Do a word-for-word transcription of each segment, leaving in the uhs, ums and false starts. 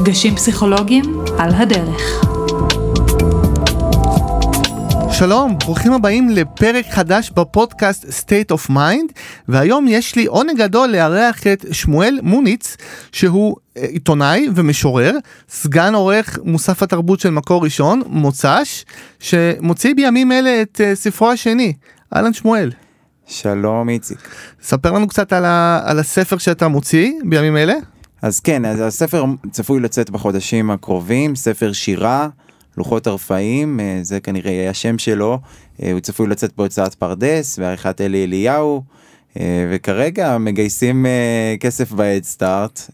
מפגשים פסיכולוגיים על הדרך. שלום, ברוכים הבאים לפרק חדש בפודקאסט State of Mind, והיום יש לי עונג גדול לארח את שמואל מוניץ, שהוא עיתונאי ומשורר, סגן עורך מוסף התרבות של מקור ראשון, מוצ"ש, שמוציא בימים אלה את ספרו השני. אהלן שמואל. שלום איציק. ספר לנו קצת על, ה, על הספר שאתה מוציא בימים אלה. אז כן, אז הספר צפוי לצאת בחודשים הקרובים, ספר שירה, לוחות הרפאים, זה כנראה יהיה השם שלו, הוא צפוי לצאת בהוצאת פרדס, ועריכת אלי אליהו, וכרגע מגייסים כסף בהדסטארט,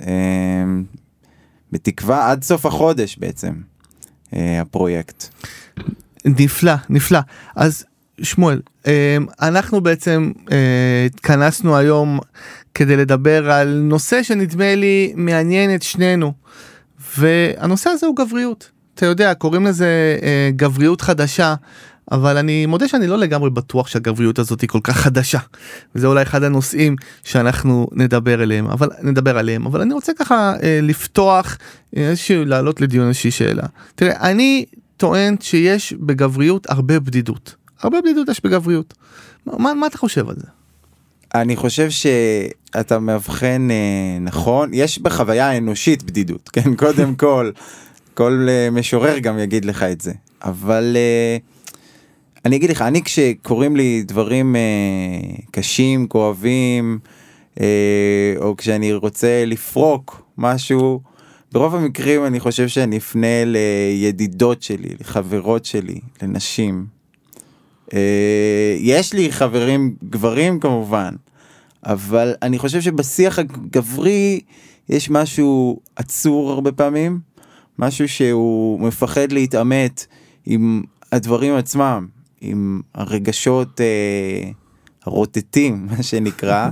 בתקווה עד סוף החודש בעצם, הפרויקט. נפלא, נפלא. אז שמואל, אנחנו בעצם התכנסנו היום כדי לדבר על נושא שנדמה לי מעניין את שנינו, והנושא הזה הוא גבריות. אתה יודע, קוראים לזה אה, גבריות חדשה, אבל אני מודה שאני לא לגמרי בטוח שהגבריות הזאת היא כל כך חדשה, וזה אולי אחד הנושאים שאנחנו נדבר עליהם, אבל נדבר עליהם, אבל אני רוצה ככה אה, לפתוח, איזשהו, לעלות לדיון איזושהי שאלה. תראה, אני טוען שיש בגבריות הרבה בדידות, הרבה בדידות יש בגבריות. מה, מה אתה חושב על זה? אני חושב שאתה מבחן אה, נכון, יש בחוויה האנושית בדידות, כן, קודם כל, כל uh, משורר גם יגיד לך את זה, אבל uh, אני אגיד לך, אני כשקוראים לי דברים uh, קשים, כואבים, uh, או כשאני רוצה לפרוק משהו, ברוב המקרים אני חושב שאני אפנה לידידות שלי, לחברות שלי, לנשים. Uh, יש לי חברים גברים כמובן, אבל אני חושב שבשיח הגברי יש משהו עצור הרבה פעמים, משהו שהוא מפחד להתאמת עם הדברים עצמם, עם הרגשות אה, הרוטטים, מה שנקרא,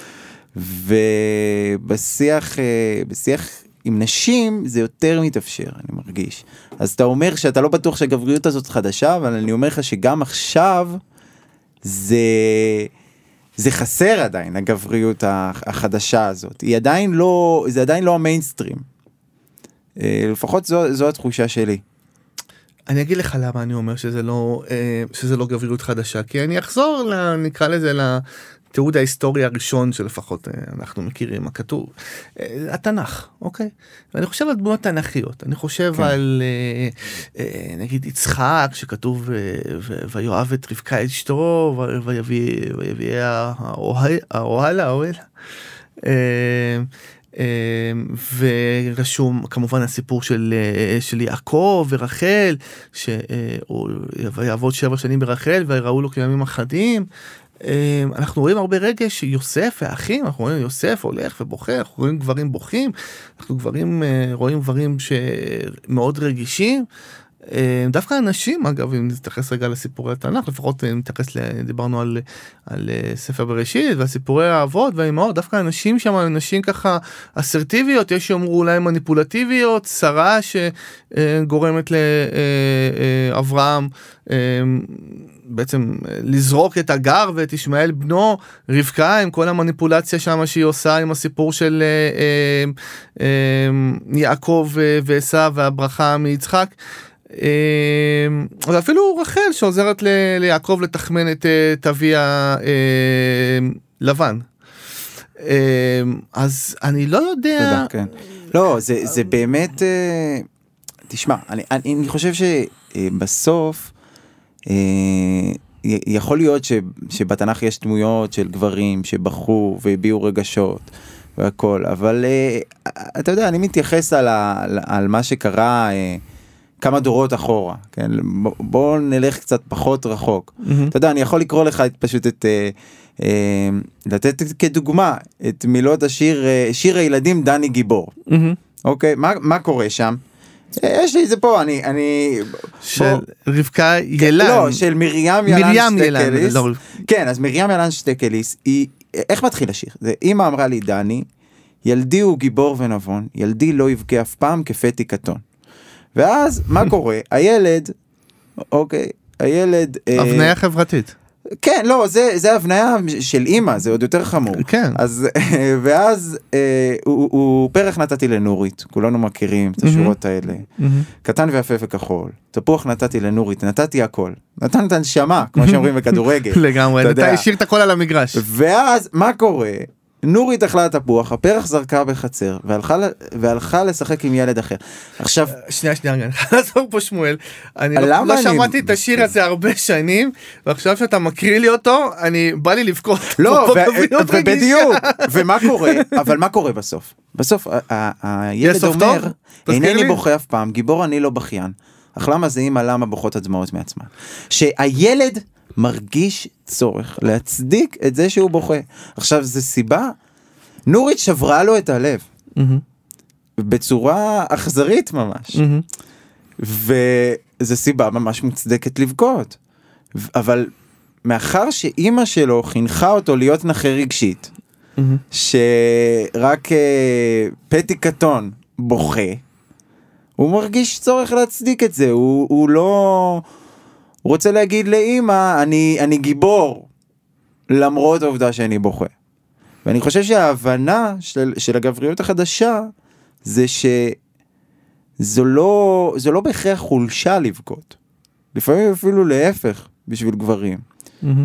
ובשיח אה, בשיח עם נשים זה יותר מתאפשר, אני מרגיש. אז אתה אומר שאתה לא בטוח שהגבריות הזאת חדשה, אבל אני אומר לך שגם עכשיו זה, זה חסר עדיין, הגבריות החדשה הזאת. היא עדיין לא, זה עדיין לא המיינסטרים. לפחות זו, זו התחושה שלי. אני אגיד לך למה אני אומר שזה לא, שזה לא גבריות חדשה, כי אני אחזור, נקרא לזה, לתיעוד ההיסטורי הראשון שלפחות אנחנו מכירים, הכתוב, התנ"ך, אוקיי? ואני חושב על דמויות תנ"כיות, אני חושב כן. על, נגיד, יצחק, שכתוב, ויואב את רבקה את אשתו, ויביא האוהל, האוהל, ורשום כמובן הסיפור של, של יעקב ורחל, שהוא יעבוד שבע שנים ברחל ויראו לו כימים אחדים. אנחנו רואים הרבה רגש שיוסף והאחים, אנחנו רואים יוסף הולך ובוכה, אנחנו רואים גברים בוכים, אנחנו גברים, רואים גברים שמאוד רגישים, דווקא אנשים, אגב, אם נתייחס רגע לסיפורי התנ"ך, לפחות נתייחס, דיברנו על, על ספר בראשית, ועל סיפורי האבות והאימהות, דווקא אנשים שם, אנשים ככה אסרטיביות, יש שאומרו אולי מניפולטיביות, שרה שגורמת לאברהם, בעצם לזרוק את הגר ואת ישמעאל בנו, רבקה עם כל המניפולציה שם שהיא עושה עם הסיפור של יעקב ועשיו והברכה מיצחק, ואפילו רחל שעוזרת ליעקב לתחמן את אבי הלבן. אז אני לא יודע... לא, זה באמת... תשמע, אני חושב שבסוף יכול להיות שבתנ"ך יש דמויות של גברים שבחרו והביעו רגשות והכל, אבל אתה יודע, אני מתייחס על מה שקרה... כמה דורות אחורה, כן? בואו נלך קצת פחות רחוק. Mm-hmm. אתה יודע, אני יכול לקרוא לך פשוט את, אה, אה, לתת כדוגמה, את מילות השיר, אה, שיר הילדים דני גיבור. Mm-hmm. אוקיי? מה, מה קורה שם? יש לי את זה פה, אני, אני... של בוא... רבקה ילן. לא, של מרים ילן שטקליס. לא... כן, אז מרים ילן שטקליס, היא, איך מתחיל השיר? זה, אמא אמרה לי, דני, ילדי הוא גיבור ונבון, ילדי לא יבכה אף פעם כפתי קטון. ואז, מה קורה? הילד, אוקיי, הילד... הבניה חברתית. כן, לא, זה, זה הבניה של אמא, זה עוד יותר חמור. כן. אז, ואז אה, הוא, הוא פרח נתתי לנורית, כולנו מכירים את השורות האלה. קטן ויפה וכחול, תפוח נתתי לנורית, נתתי הכל. נתן את הנשמה, כמו שאומרים בכדורגל. לגמרי, אתה השאיר את הכל על המגרש. ואז, מה קורה? נורית אכלה תפוח, הפרח זרקה בחצר, והלכה, והלכה לשחק עם ילד אחר. עכשיו... שנייה, שנייה, אני חייב לעזור פה שמואל. אני לא, למה לא אני- שמעתי את השיר הזה הרבה שנים, ועכשיו שאתה מקריא לי אותו, אני בא לי לבכות. לא, פה ו- בבריאות רגישה. ובדיוק, ומה קורה? אבל מה קורה בסוף? בסוף ה- ה- הילד סוף אומר, טוב? תזכיר אינני לי. בוכה אף פעם, גיבור אני לא בכיין. אך למה זה אימא למה בוכות הדמעות מעצמן? שהילד מרגיש צורך להצדיק את זה שהוא בוכה. עכשיו, זה סיבה, נורית שברה לו את הלב, מהמם, בצורה אכזרית ממש. מהמם. וזו סיבה ממש מוצדקת לבכות. ו- אבל מאחר שאימא שלו חינכה אותו להיות נכה רגשית, מהמם. שרק אה, פטי קטון בוכה, הוא מרגיש צורך להצדיק את זה, הוא, הוא לא... הוא רוצה להגיד לאמא, אני, אני גיבור, למרות העובדה שאני בוכה. ואני חושב שההבנה של, של הגבריות החדשה, זה שזו לא, זו לא בהכרח חולשה לבכות. לפעמים אפילו להפך, בשביל גברים. מהמם.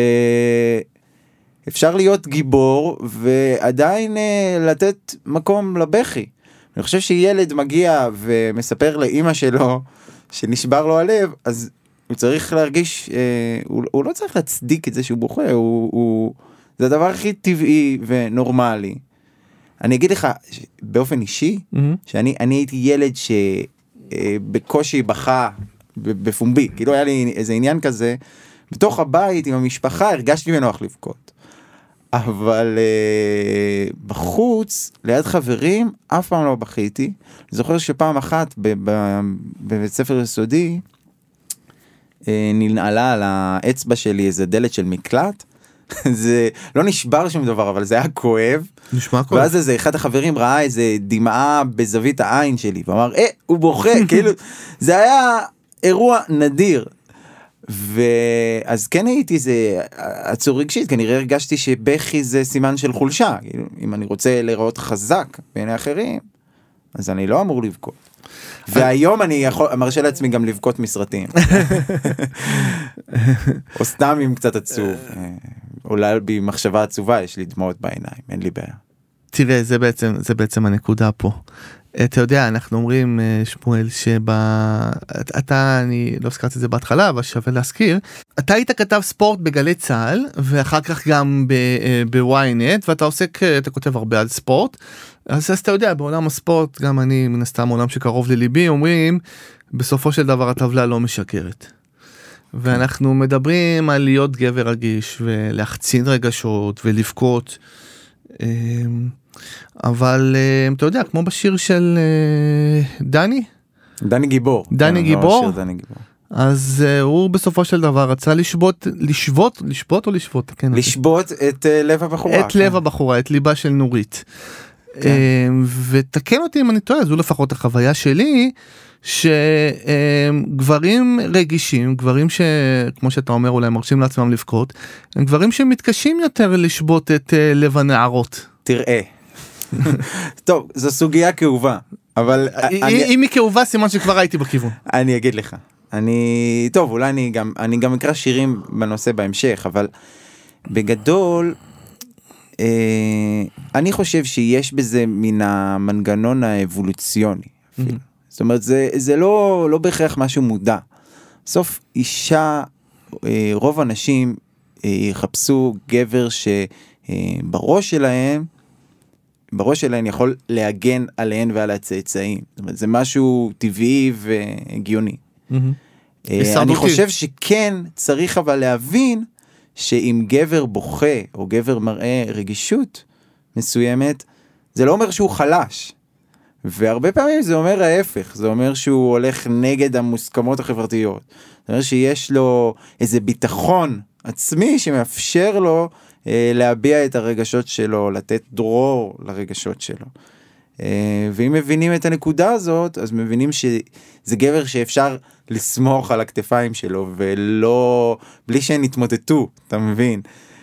ואפשר להיות גיבור, ועדיין אה, לתת מקום לבכי. אני חושב שילד מגיע ומספר לאמא שלו, שנשבר לו הלב, אז הוא צריך להרגיש, אה, הוא, הוא לא צריך להצדיק את זה שהוא בוכה, הוא, הוא, זה הדבר הכי טבעי ונורמלי. אני אגיד לך, באופן אישי, מהמם. שאני אני הייתי ילד שבקושי בכה בפומבי, כאילו היה לי איזה עניין כזה, בתוך הבית עם המשפחה הרגשתי בנוח לבכות. אבל uh, בחוץ, ליד חברים, אף פעם לא בכיתי. אני זוכר שפעם אחת בבית ספר יסודי, uh, ננעלה על האצבע שלי איזה דלת של מקלט, זה לא נשבר שום דבר, אבל זה היה כואב. נשמע כואב. ואז איזה אחד החברים ראה איזה דמעה בזווית העין שלי, ואמר, אה, הוא בוכה, כאילו, זה היה אירוע נדיר. ואז כן הייתי איזה עצור רגשית, כנראה הרגשתי שבכי זה סימן של חולשה, כאילו, אם אני רוצה לראות חזק בעיני אחרים, אז אני לא אמור לבכות. והיום אני יכול, מרשה לעצמי גם לבכות מסרטים. או סתם עם קצת עצוב. עולה בי מחשבה עצובה, יש לי דמעות בעיניים, אין לי בעיה. תראה, זה בעצם, זה בעצם הנקודה פה. אתה יודע, אנחנו אומרים, שמואל, שאתה, אני לא הזכרתי את זה בהתחלה, אבל שווה להזכיר, אתה היית כתב ספורט בגלי צהל, ואחר כך גם בוויינט, ואתה עוסק, אתה כותב הרבה על ספורט, אז אתה יודע, בעולם הספורט, גם אני, מן הסתם, עולם שקרוב לליבי, אומרים, בסופו של דבר הטבלה לא משקרת. ואנחנו מדברים על להיות גבר רגיש, ולהחצין רגשות, ולבכות, אבל אתה יודע, כמו בשיר של דני, דני גיבור. דני גיבור, לא, דני גיבור. אז הוא בסופו של דבר רצה לשבות, לשבות, לשבות או לשבות? כן, לשבות את לב הבחורה. את לב הבחורה, את ליבה של נורית. ותקן אותי אם אני טועה, זו לפחות החוויה שלי, שגברים רגישים, גברים שכמו שאתה אומר אולי מרשים לעצמם לבכות, הם גברים שמתקשים יותר לשבות את לב הנערות. תראה. טוב, זו סוגיה כאובה, אבל אם היא כאובה סימן שכבר הייתי בכיוון. אני אגיד לך, אני, טוב, אולי אני גם, אני גם אקרא שירים בנושא בהמשך, אבל בגדול, אה, אני חושב שיש בזה מן המנגנון האבולוציוני, אפילו. זאת אומרת, זה, זה לא, לא בהכרח משהו מודע. בסוף אישה, אה, רוב האנשים אה, יחפשו גבר שבראש שלהם, בראש שלהם יכול להגן עליהן ועל הצאצאים. זאת אומרת, זה משהו טבעי והגיוני. אני חושב שכן צריך אבל להבין שאם גבר בוכה או גבר מראה רגישות מסוימת, זה לא אומר שהוא חלש. והרבה פעמים זה אומר ההפך, זה אומר שהוא הולך נגד המוסכמות החברתיות. זאת אומרת שיש לו איזה ביטחון עצמי שמאפשר לו אה, להביע את הרגשות שלו, לתת דרור לרגשות שלו. אה, ואם מבינים את הנקודה הזאת, אז מבינים שזה גבר שאפשר לסמוך על הכתפיים שלו, ולא, בלי שהן התמוטטו, אתה מבין?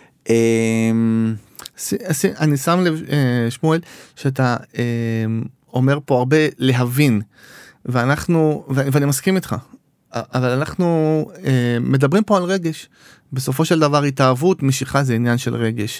אני שם לב, שמואל, שאתה אומר פה הרבה להבין, ואנחנו, ואני מסכים איתך, אבל אנחנו מדברים פה על רגש. בסופו של דבר התאהבות, משיכה זה עניין של רגש.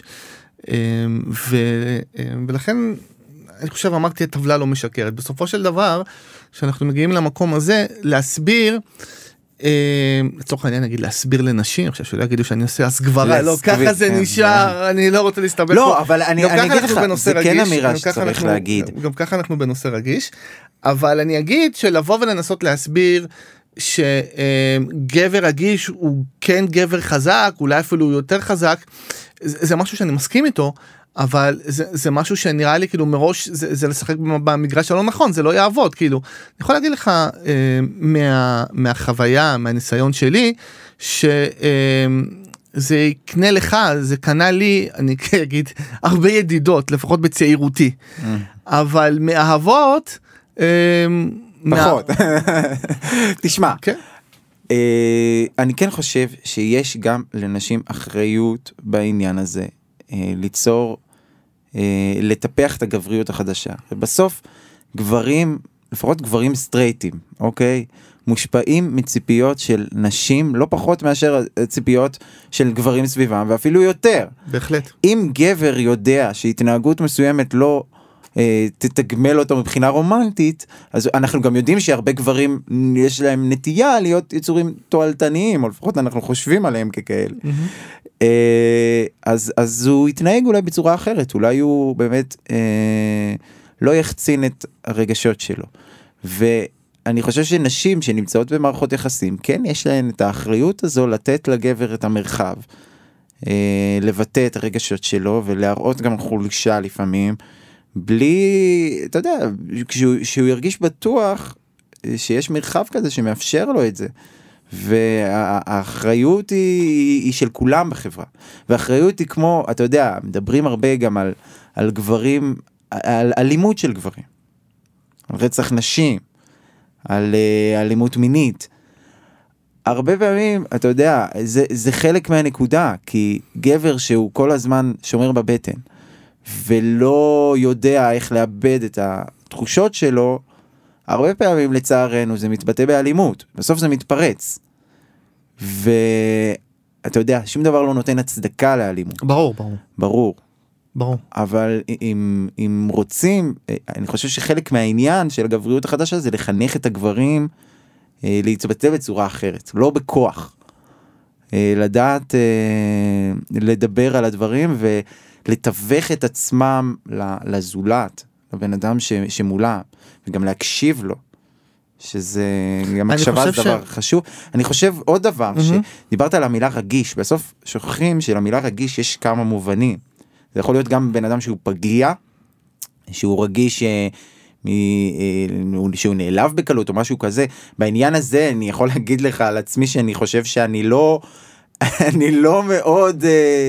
ולכן, אני חושב, אמרתי, הטבלה לא משקרת. בסופו של דבר, שאנחנו מגיעים למקום הזה, להסביר, לצורך העניין, נגיד, להסביר לנשים, אני חושב שלא יגידו שאני עושה הסגברה, לא, ככה זה נשאר, אני לא רוצה להסתבך פה. לא, אבל אני אגיד לך, זה כן אמירה שצריך להגיד. גם ככה אנחנו בנושא רגיש, אבל אני אגיד שלבוא ולנסות להסביר, שגבר רגיש הוא כן גבר חזק, אולי אפילו יותר חזק, זה משהו שאני מסכים איתו, אבל זה, זה משהו שנראה לי כאילו מראש זה, זה לשחק במגרש הלא נכון, זה לא יעבוד, כאילו. אני יכול להגיד לך אה, מה, מהחוויה, מהניסיון שלי, שזה אה, יקנה לך, זה קנה לי, אני אגיד, הרבה ידידות, לפחות בצעירותי, mm. אבל מאהבות, אה, פחות. תשמע, אני כן חושב שיש גם לנשים אחריות בעניין הזה, ליצור, לטפח את הגבריות החדשה. ובסוף, גברים, לפחות גברים סטרייטים, אוקיי? מושפעים מציפיות של נשים, לא פחות מאשר ציפיות של גברים סביבם, ואפילו יותר. בהחלט. אם גבר יודע שהתנהגות מסוימת לא תתגמל אותו מבחינה רומנטית, אז אנחנו גם יודעים שהרבה גברים יש להם נטייה להיות יצורים תועלתניים, או לפחות אנחנו חושבים עליהם ככאלה. אז, אז הוא יתנהג אולי בצורה אחרת, אולי הוא באמת לא יחצין את הרגשות שלו. ואני חושב שנשים שנמצאות במערכות יחסים, כן, יש להן את האחריות הזו לתת לגבר את המרחב, לבטא את הרגשות שלו, ולהראות גם חולשה לפעמים, בלי, אתה יודע, כשהוא, שהוא ירגיש בטוח שיש מרחב כזה שמאפשר לו את זה. והאחריות היא, היא של כולם בחברה. והאחריות היא כמו, אתה יודע, מדברים הרבה גם על, על גברים, על אלימות של גברים. על רצח נשים, על אלימות מינית. הרבה פעמים, אתה יודע, זה, זה חלק מהנקודה, כי גבר שהוא כל הזמן שומר בבטן, ולא יודע איך לאבד את התחושות שלו, הרבה פעמים לצערנו זה מתבטא באלימות, בסוף זה מתפרץ. ואתה יודע, שום דבר לא נותן הצדקה לאלימות. ברור, ברור. ברור. ברור. אבל אם, אם רוצים, אני חושב שחלק מהעניין של הגבריות החדשה זה לחנך את הגברים להתבטא בצורה אחרת, לא בכוח. לדעת לדבר על הדברים ולתווך את עצמם לזולת, לבן אדם ש, שמולה, וגם להקשיב לו, שזה גם הקשבה זה דבר ש... חשוב. אני חושב עוד דבר, mm-hmm. שדיברת על המילה רגיש, בסוף שוכחים שלמילה רגיש יש כמה מובנים. זה יכול להיות גם בן אדם שהוא פגיע, שהוא רגיש מ... שהוא נעלב בקלות או משהו כזה. בעניין הזה אני יכול להגיד לך על עצמי שאני חושב שאני לא, אני לא מאוד,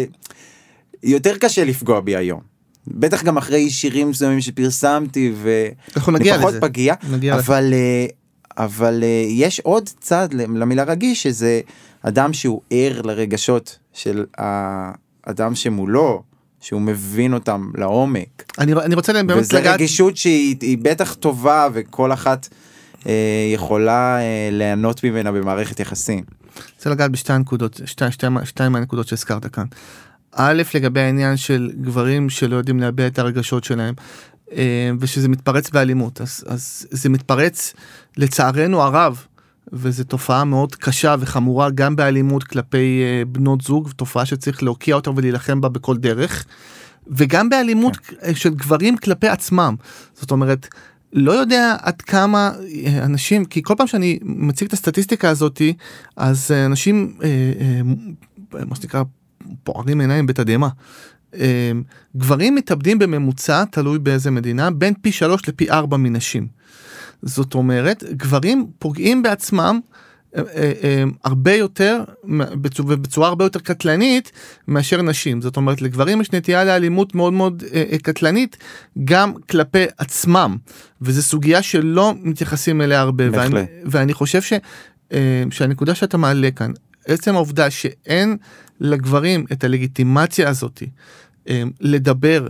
יותר קשה לפגוע בי היום. בטח גם אחרי שירים מסוימים שפרסמתי ופחות פגיע, אבל, אבל יש עוד צד למילה רגיש, שזה אדם שהוא ער לרגשות של האדם שמולו, שהוא מבין אותם לעומק. אני, אני רוצה באמת וזה לגעת... רגישות שהיא בטח טובה, וכל אחת אה, יכולה אה, לענות ממנה במערכת יחסים. אני רוצה לגעת בשתי נקודות, שתי, שתי, שתי מהנקודות שהזכרת כאן. א', לגבי העניין של גברים שלא יודעים להביע את הרגשות שלהם, אה, ושזה מתפרץ באלימות. אז, אז זה מתפרץ לצערנו הרב, וזו תופעה מאוד קשה וחמורה גם באלימות כלפי בנות זוג, תופעה שצריך להוקיע אותה ולהילחם בה בכל דרך, וגם באלימות כן. של גברים כלפי עצמם. זאת אומרת, לא יודע עד כמה אנשים, כי כל פעם שאני מציג את הסטטיסטיקה הזאת, אז אנשים, אה, אה, מה שנקרא, פוערים עיניים בתדהמה. אה, גברים מתאבדים בממוצע, תלוי באיזה מדינה, בין פי שלוש לפי ארבע מנשים. זאת אומרת, גברים פוגעים בעצמם אה, אה, אה, הרבה יותר, ובצורה הרבה יותר קטלנית מאשר נשים. זאת אומרת, לגברים יש נטייה לאלימות מאוד מאוד אה, אה, קטלנית, גם כלפי עצמם, וזו סוגיה שלא מתייחסים אליה הרבה. ואני, ואני חושב ש... שהנקודה שאתה מעלה כאן, עצם העובדה שאין לגברים את הלגיטימציה הזאת, לדבר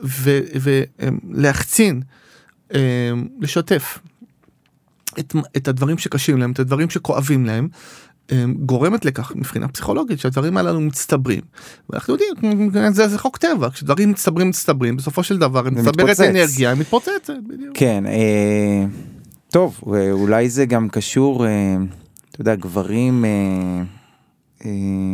ולהחצין, לשתף את, את הדברים שקשים להם, את הדברים שכואבים להם, גורמת לכך מבחינה פסיכולוגית שהדברים הללו מצטברים. ואנחנו יודעים, זה, זה חוק טבע, כשדברים מצטברים מצטברים, בסופו של דבר הם מצטברת אנרגיה, הם מתפוצצת. בדיוק. כן, אה, טוב, אולי זה גם קשור, אה, אתה יודע, גברים... אה, אה,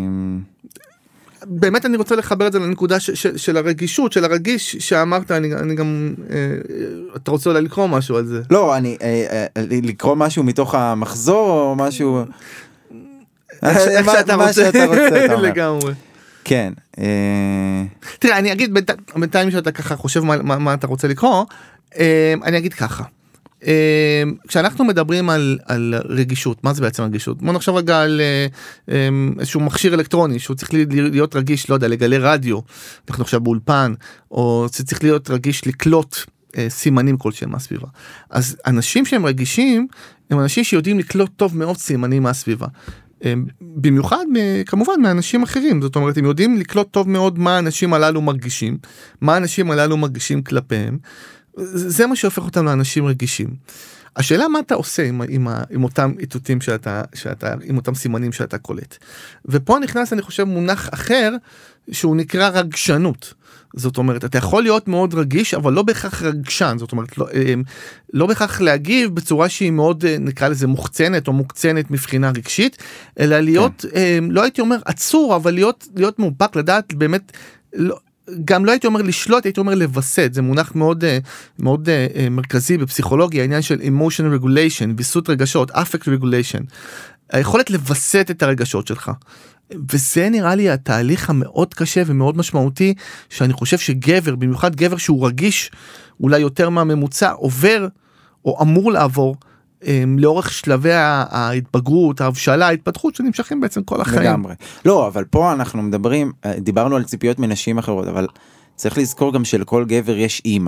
באמת אני רוצה לחבר את זה לנקודה ש, ש, של הרגישות, של הרגיש שאמרת, אני, אני גם, אה, אתה רוצה אולי לקרוא משהו על זה? לא, אני, אה, אה, לקרוא משהו מתוך המחזור או משהו... איך שאתה רוצה, לגמרי. כן. תראה, אני אגיד, בינתיים שאתה ככה חושב מה אתה רוצה לקרוא, אני אגיד ככה. כשאנחנו מדברים על רגישות, מה זה בעצם רגישות? בוא נחשב רגע על איזשהו מכשיר אלקטרוני, שהוא צריך להיות רגיש, לא יודע, לגלי רדיו, אנחנו עכשיו באולפן, או צריך להיות רגיש לקלוט סימנים כלשהם מהסביבה. אז אנשים שהם רגישים, הם אנשים שיודעים לקלוט טוב מאוד סימנים מהסביבה. במיוחד כמובן מאנשים אחרים, זאת אומרת הם יודעים לקלוט טוב מאוד מה האנשים הללו מרגישים, מה האנשים הללו מרגישים כלפיהם, זה מה שהופך אותם לאנשים רגישים. השאלה מה אתה עושה עם, עם, עם אותם איתותים שאתה, שאתה, עם אותם סימנים שאתה קולט. ופה נכנס אני חושב מונח אחר שהוא נקרא רגשנות. זאת אומרת, אתה יכול להיות מאוד רגיש, אבל לא בהכרח רגשן, זאת אומרת, לא, לא בהכרח להגיב בצורה שהיא מאוד, נקרא לזה, מוחצנת או מוקצנת מבחינה רגשית, אלא להיות, כן. לא הייתי אומר עצור, אבל להיות, להיות מאופק, לדעת באמת, לא, גם לא הייתי אומר לשלוט, הייתי אומר לבסט, זה מונח מאוד, מאוד מרכזי בפסיכולוגיה, העניין של emotion regulation, ויסות רגשות, affect regulation, היכולת לבסט את הרגשות שלך. וזה נראה לי התהליך המאוד קשה ומאוד משמעותי, שאני חושב שגבר, במיוחד גבר שהוא רגיש, אולי יותר מהממוצע, עובר או אמור לעבור, לאורך שלבי ההתבגרות, ההבשלה, ההתפתחות, שנמשכים בעצם כל החיים. לגמרי. לא, אבל פה אנחנו מדברים, דיברנו על ציפיות מנשים אחרות, אבל צריך לזכור גם שלכל גבר יש אימא,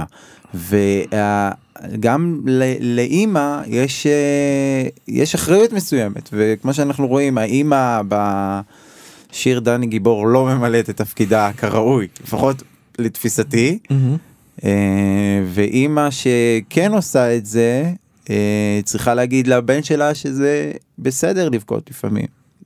וגם לאימא יש, יש אחריות מסוימת, וכמו שאנחנו רואים, האימא בשיר דני גיבור לא ממלאת את תפקידה כראוי, לפחות לתפיסתי, ואימא שכן עושה את זה, צריכה להגיד לבן שלה שזה בסדר לבכות לפעמים,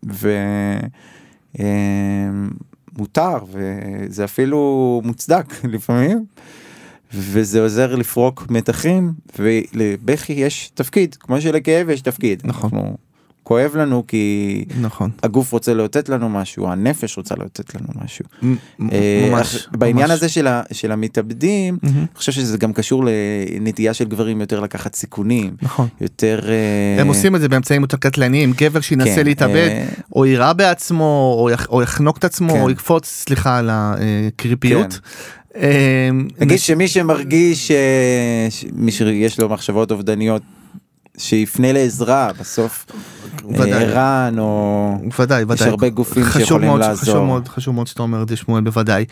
ומותר, וזה אפילו מוצדק לפעמים, וזה עוזר לפרוק מתחים, ולבכי יש תפקיד, כמו שלכאב יש תפקיד. נכון. אנחנו, כואב לנו כי נכון. הגוף רוצה לאותת לנו משהו, הנפש רוצה לאותת לנו משהו. ממש. בעניין ממש. הזה של, ה, של המתאבדים, Mm-hmm. אני חושב שזה גם קשור לנטייה של גברים יותר לקחת סיכונים. נכון. יותר... הם עושים את זה באמצעים יותר קטלניים, גבר שינסה כן, להתאבד, אה... או יירה בעצמו, או, יח, או יחנוק את עצמו, כן. או יקפוץ, סליחה על הקריפיות. כן. נגיד שמי שמרגיש, מי שיש לו מחשבות אובדניות, שיפנה לעזרה בסוף, ערן או... ודאי, ודאי. יש הרבה גופים שיכולים מאוד, לעזור. חשוב מאוד, חשוב מאוד שאתה אומר את זה, שמואל, בוודאי.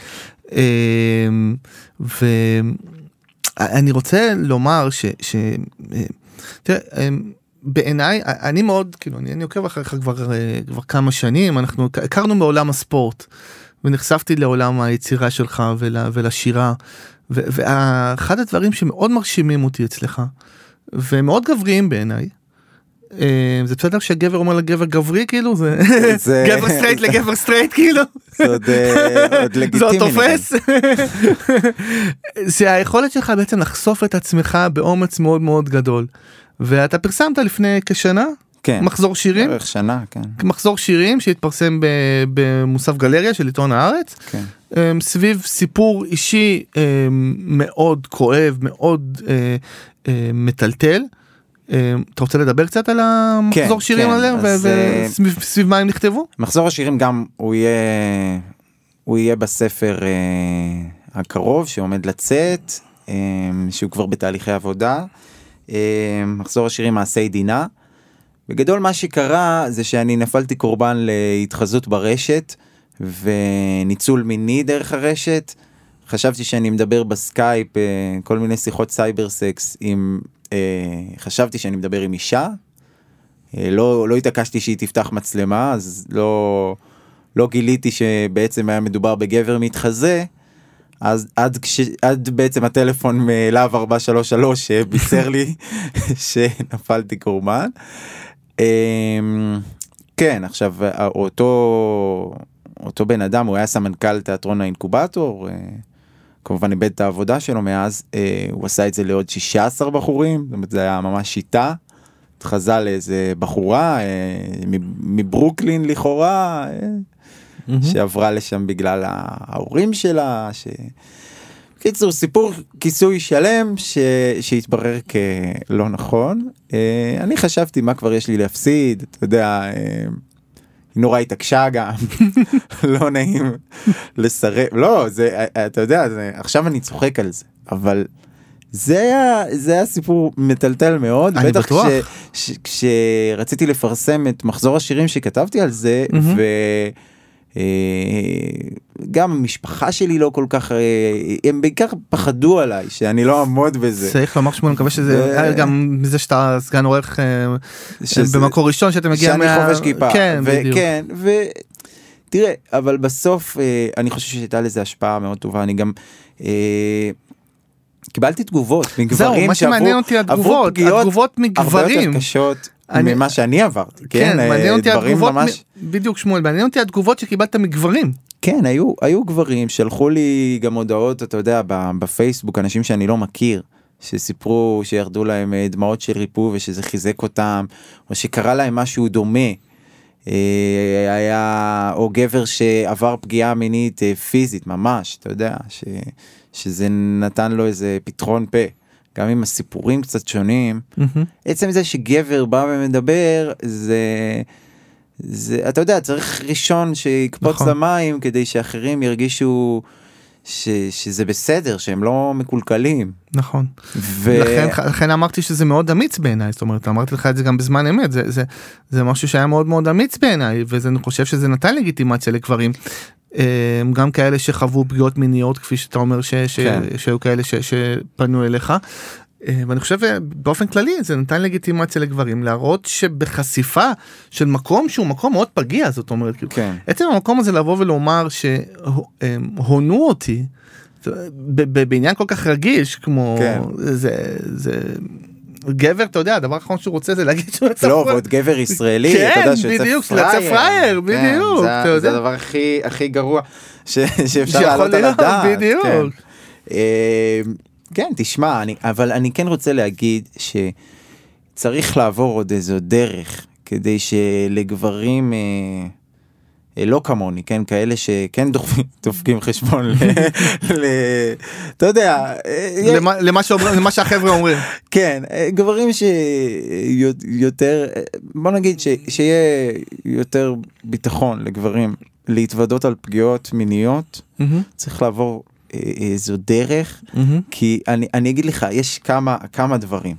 ואני רוצה לומר ש... ש... תראה, בעיניי, אני מאוד, כאילו, אני, אני עוקב אחריך כבר, כבר כמה שנים, אנחנו הכרנו מעולם הספורט, ונחשפתי לעולם היצירה שלך ול, ולשירה, ו, ואחד הדברים שמאוד מרשימים אותי אצלך, ומאוד גבריים בעיניי, זה בסדר שהגבר אומר לגבר גברי, כאילו, זה גבר סטרייט לגבר סטרייט, כאילו. זה עוד לגיטימי. זה עוד תופס. זה היכולת שלך בעצם לחשוף את עצמך באומץ מאוד מאוד גדול. ואתה פרסמת לפני כשנה, מחזור שירים. בערך שנה, כן. מחזור שירים שהתפרסם במוסף גלריה של עיתון הארץ. כן. סביב סיפור אישי מאוד כואב, מאוד מטלטל. אתה רוצה לדבר קצת על המחזור שירים עליהם, וסביב מה הם נכתבו? מחזור השירים גם הוא יהיה, הוא יהיה בספר הקרוב שעומד לצאת, שהוא כבר בתהליכי עבודה. מחזור השירים מעשי דינה. בגדול מה שקרה זה שאני נפלתי קורבן להתחזות ברשת, וניצול מיני דרך הרשת. חשבתי שאני מדבר בסקייפ, כל מיני שיחות סייבר סקס עם... חשבתי שאני מדבר עם אישה, לא, לא התעקשתי שהיא תפתח מצלמה, אז לא, לא גיליתי שבעצם היה מדובר בגבר מתחזה, אז עד, כש, עד בעצם הטלפון מלהב ארבע שלוש שלוש בישר לי שנפלתי קורבן. כן, עכשיו אותו, אותו בן אדם, הוא היה סמנכ"ל תיאטרון האינקובטור, כמובן איבד את העבודה שלו מאז, הוא עשה את זה לעוד שישה עשר בחורים, זאת אומרת זה היה ממש שיטה, התחזה לאיזה בחורה מברוקלין לכאורה, שעברה לשם בגלל ההורים שלה, ש... קיצור, סיפור כיסוי שלם ש... שהתברר כלא נכון. אני חשבתי מה כבר יש לי להפסיד, אתה יודע, היא נורא התעקשה גם, לא נעים לסרב, לא, זה, אתה יודע, זה... עכשיו אני צוחק על זה, אבל זה היה, זה היה סיפור מטלטל מאוד, אני בטוח. כש... כשרציתי לפרסם את מחזור השירים שכתבתי על זה, ו... גם המשפחה שלי לא כל כך, הם בעיקר פחדו עליי שאני לא אעמוד בזה. צריך לומר שמואל, מקווה שזה גם מזה שאתה סגן עורך במקור ראשון שאתה מגיע שאני חובש כיפה. כן, בדיוק. כן, ותראה, אבל בסוף אני חושב שהייתה לזה השפעה מאוד טובה. אני גם קיבלתי תגובות מגברים מה שמעניין אותי התגובות, התגובות מגברים הרבה יותר קשות ממה שאני עברתי. כן, מעניין אותי התגובות, בדיוק שמואל, מעניין אותי התגובות שקיבלת מגברים. כן, היו, היו גברים, שלחו לי גם הודעות, אתה יודע, בפייסבוק, אנשים שאני לא מכיר, שסיפרו שירדו להם דמעות של ריפוי ושזה חיזק אותם, או שקרה להם משהו דומה. היה, או גבר שעבר פגיעה מינית פיזית, ממש, אתה יודע, ש, שזה נתן לו איזה פתרון פה. גם עם הסיפורים קצת שונים, mm-hmm. עצם זה שגבר בא ומדבר, זה, זה, אתה יודע, צריך ראשון שיקפוץ נכון. למים, כדי שאחרים ירגישו ש, שזה בסדר, שהם לא מקולקלים. נכון. ו... לכן, לכן אמרתי שזה מאוד אמיץ בעיניי, זאת אומרת, אמרתי לך את זה גם בזמן אמת, זה, זה, זה משהו שהיה מאוד מאוד אמיץ בעיניי, ואני חושב שזה נתן לגיטימציה לגברים, גם כאלה שחוו פגיעות מיניות, כפי שאתה אומר ש, ש, כן. שהיו כאלה ש, שפנו אליך, ואני חושב באופן כללי זה נתן לגיטימציה לגברים, להראות שבחשיפה של מקום שהוא מקום מאוד פגיע, זאת אומרת, כן. עצם המקום הזה לבוא ולומר שהונו אותי, בעניין כל כך רגיש, כמו כן. זה, זה... גבר, אתה יודע, הדבר האחרון שהוא רוצה זה להגיד שהוא יצא פרייר. לא, ועוד גבר ישראלי, אתה יודע שיוצא פרייר. בדיוק, יצא פרייר, בדיוק. זה הדבר הכי גרוע שאפשר לעלות על הדעת. בדיוק. כן, תשמע, אבל אני כן רוצה להגיד שצריך לעבור עוד איזו דרך, כדי שלגברים... לא כמוני, כן, כאלה שכן דופקים חשבון ל... אתה יודע... למה שהחבר'ה אומרים. כן, גברים שיותר, בוא נגיד שיהיה יותר ביטחון לגברים להתוודות על פגיעות מיניות, צריך לעבור איזו דרך, כי אני אגיד לך, יש כמה דברים.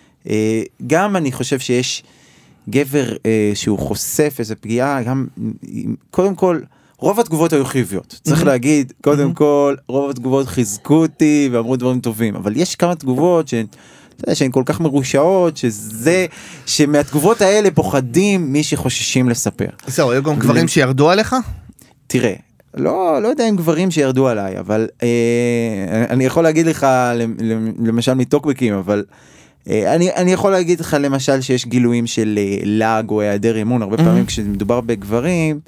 גם אני חושב שיש... גבר אה, שהוא חושף איזה פגיעה, גם, קודם כל, רוב התגובות היו חיוביות. צריך להגיד, קודם כל, רוב התגובות חיזקו אותי ואמרו דברים טובים, אבל יש כמה תגובות שהן, אתה יודע, שהן כל כך מרושעות, שזה, שמהתגובות האלה פוחדים מי שחוששים לספר. זהו, היו גם גברים שירדו עליך? תראה, לא, לא יודע אם גברים שירדו עליי, אבל אה, אני יכול להגיד לך, למשל מטוקבקים, אבל... אני, אני יכול להגיד לך למשל שיש גילויים של לאג או היעדר אמון, הרבה פעמים כשמדובר בגברים,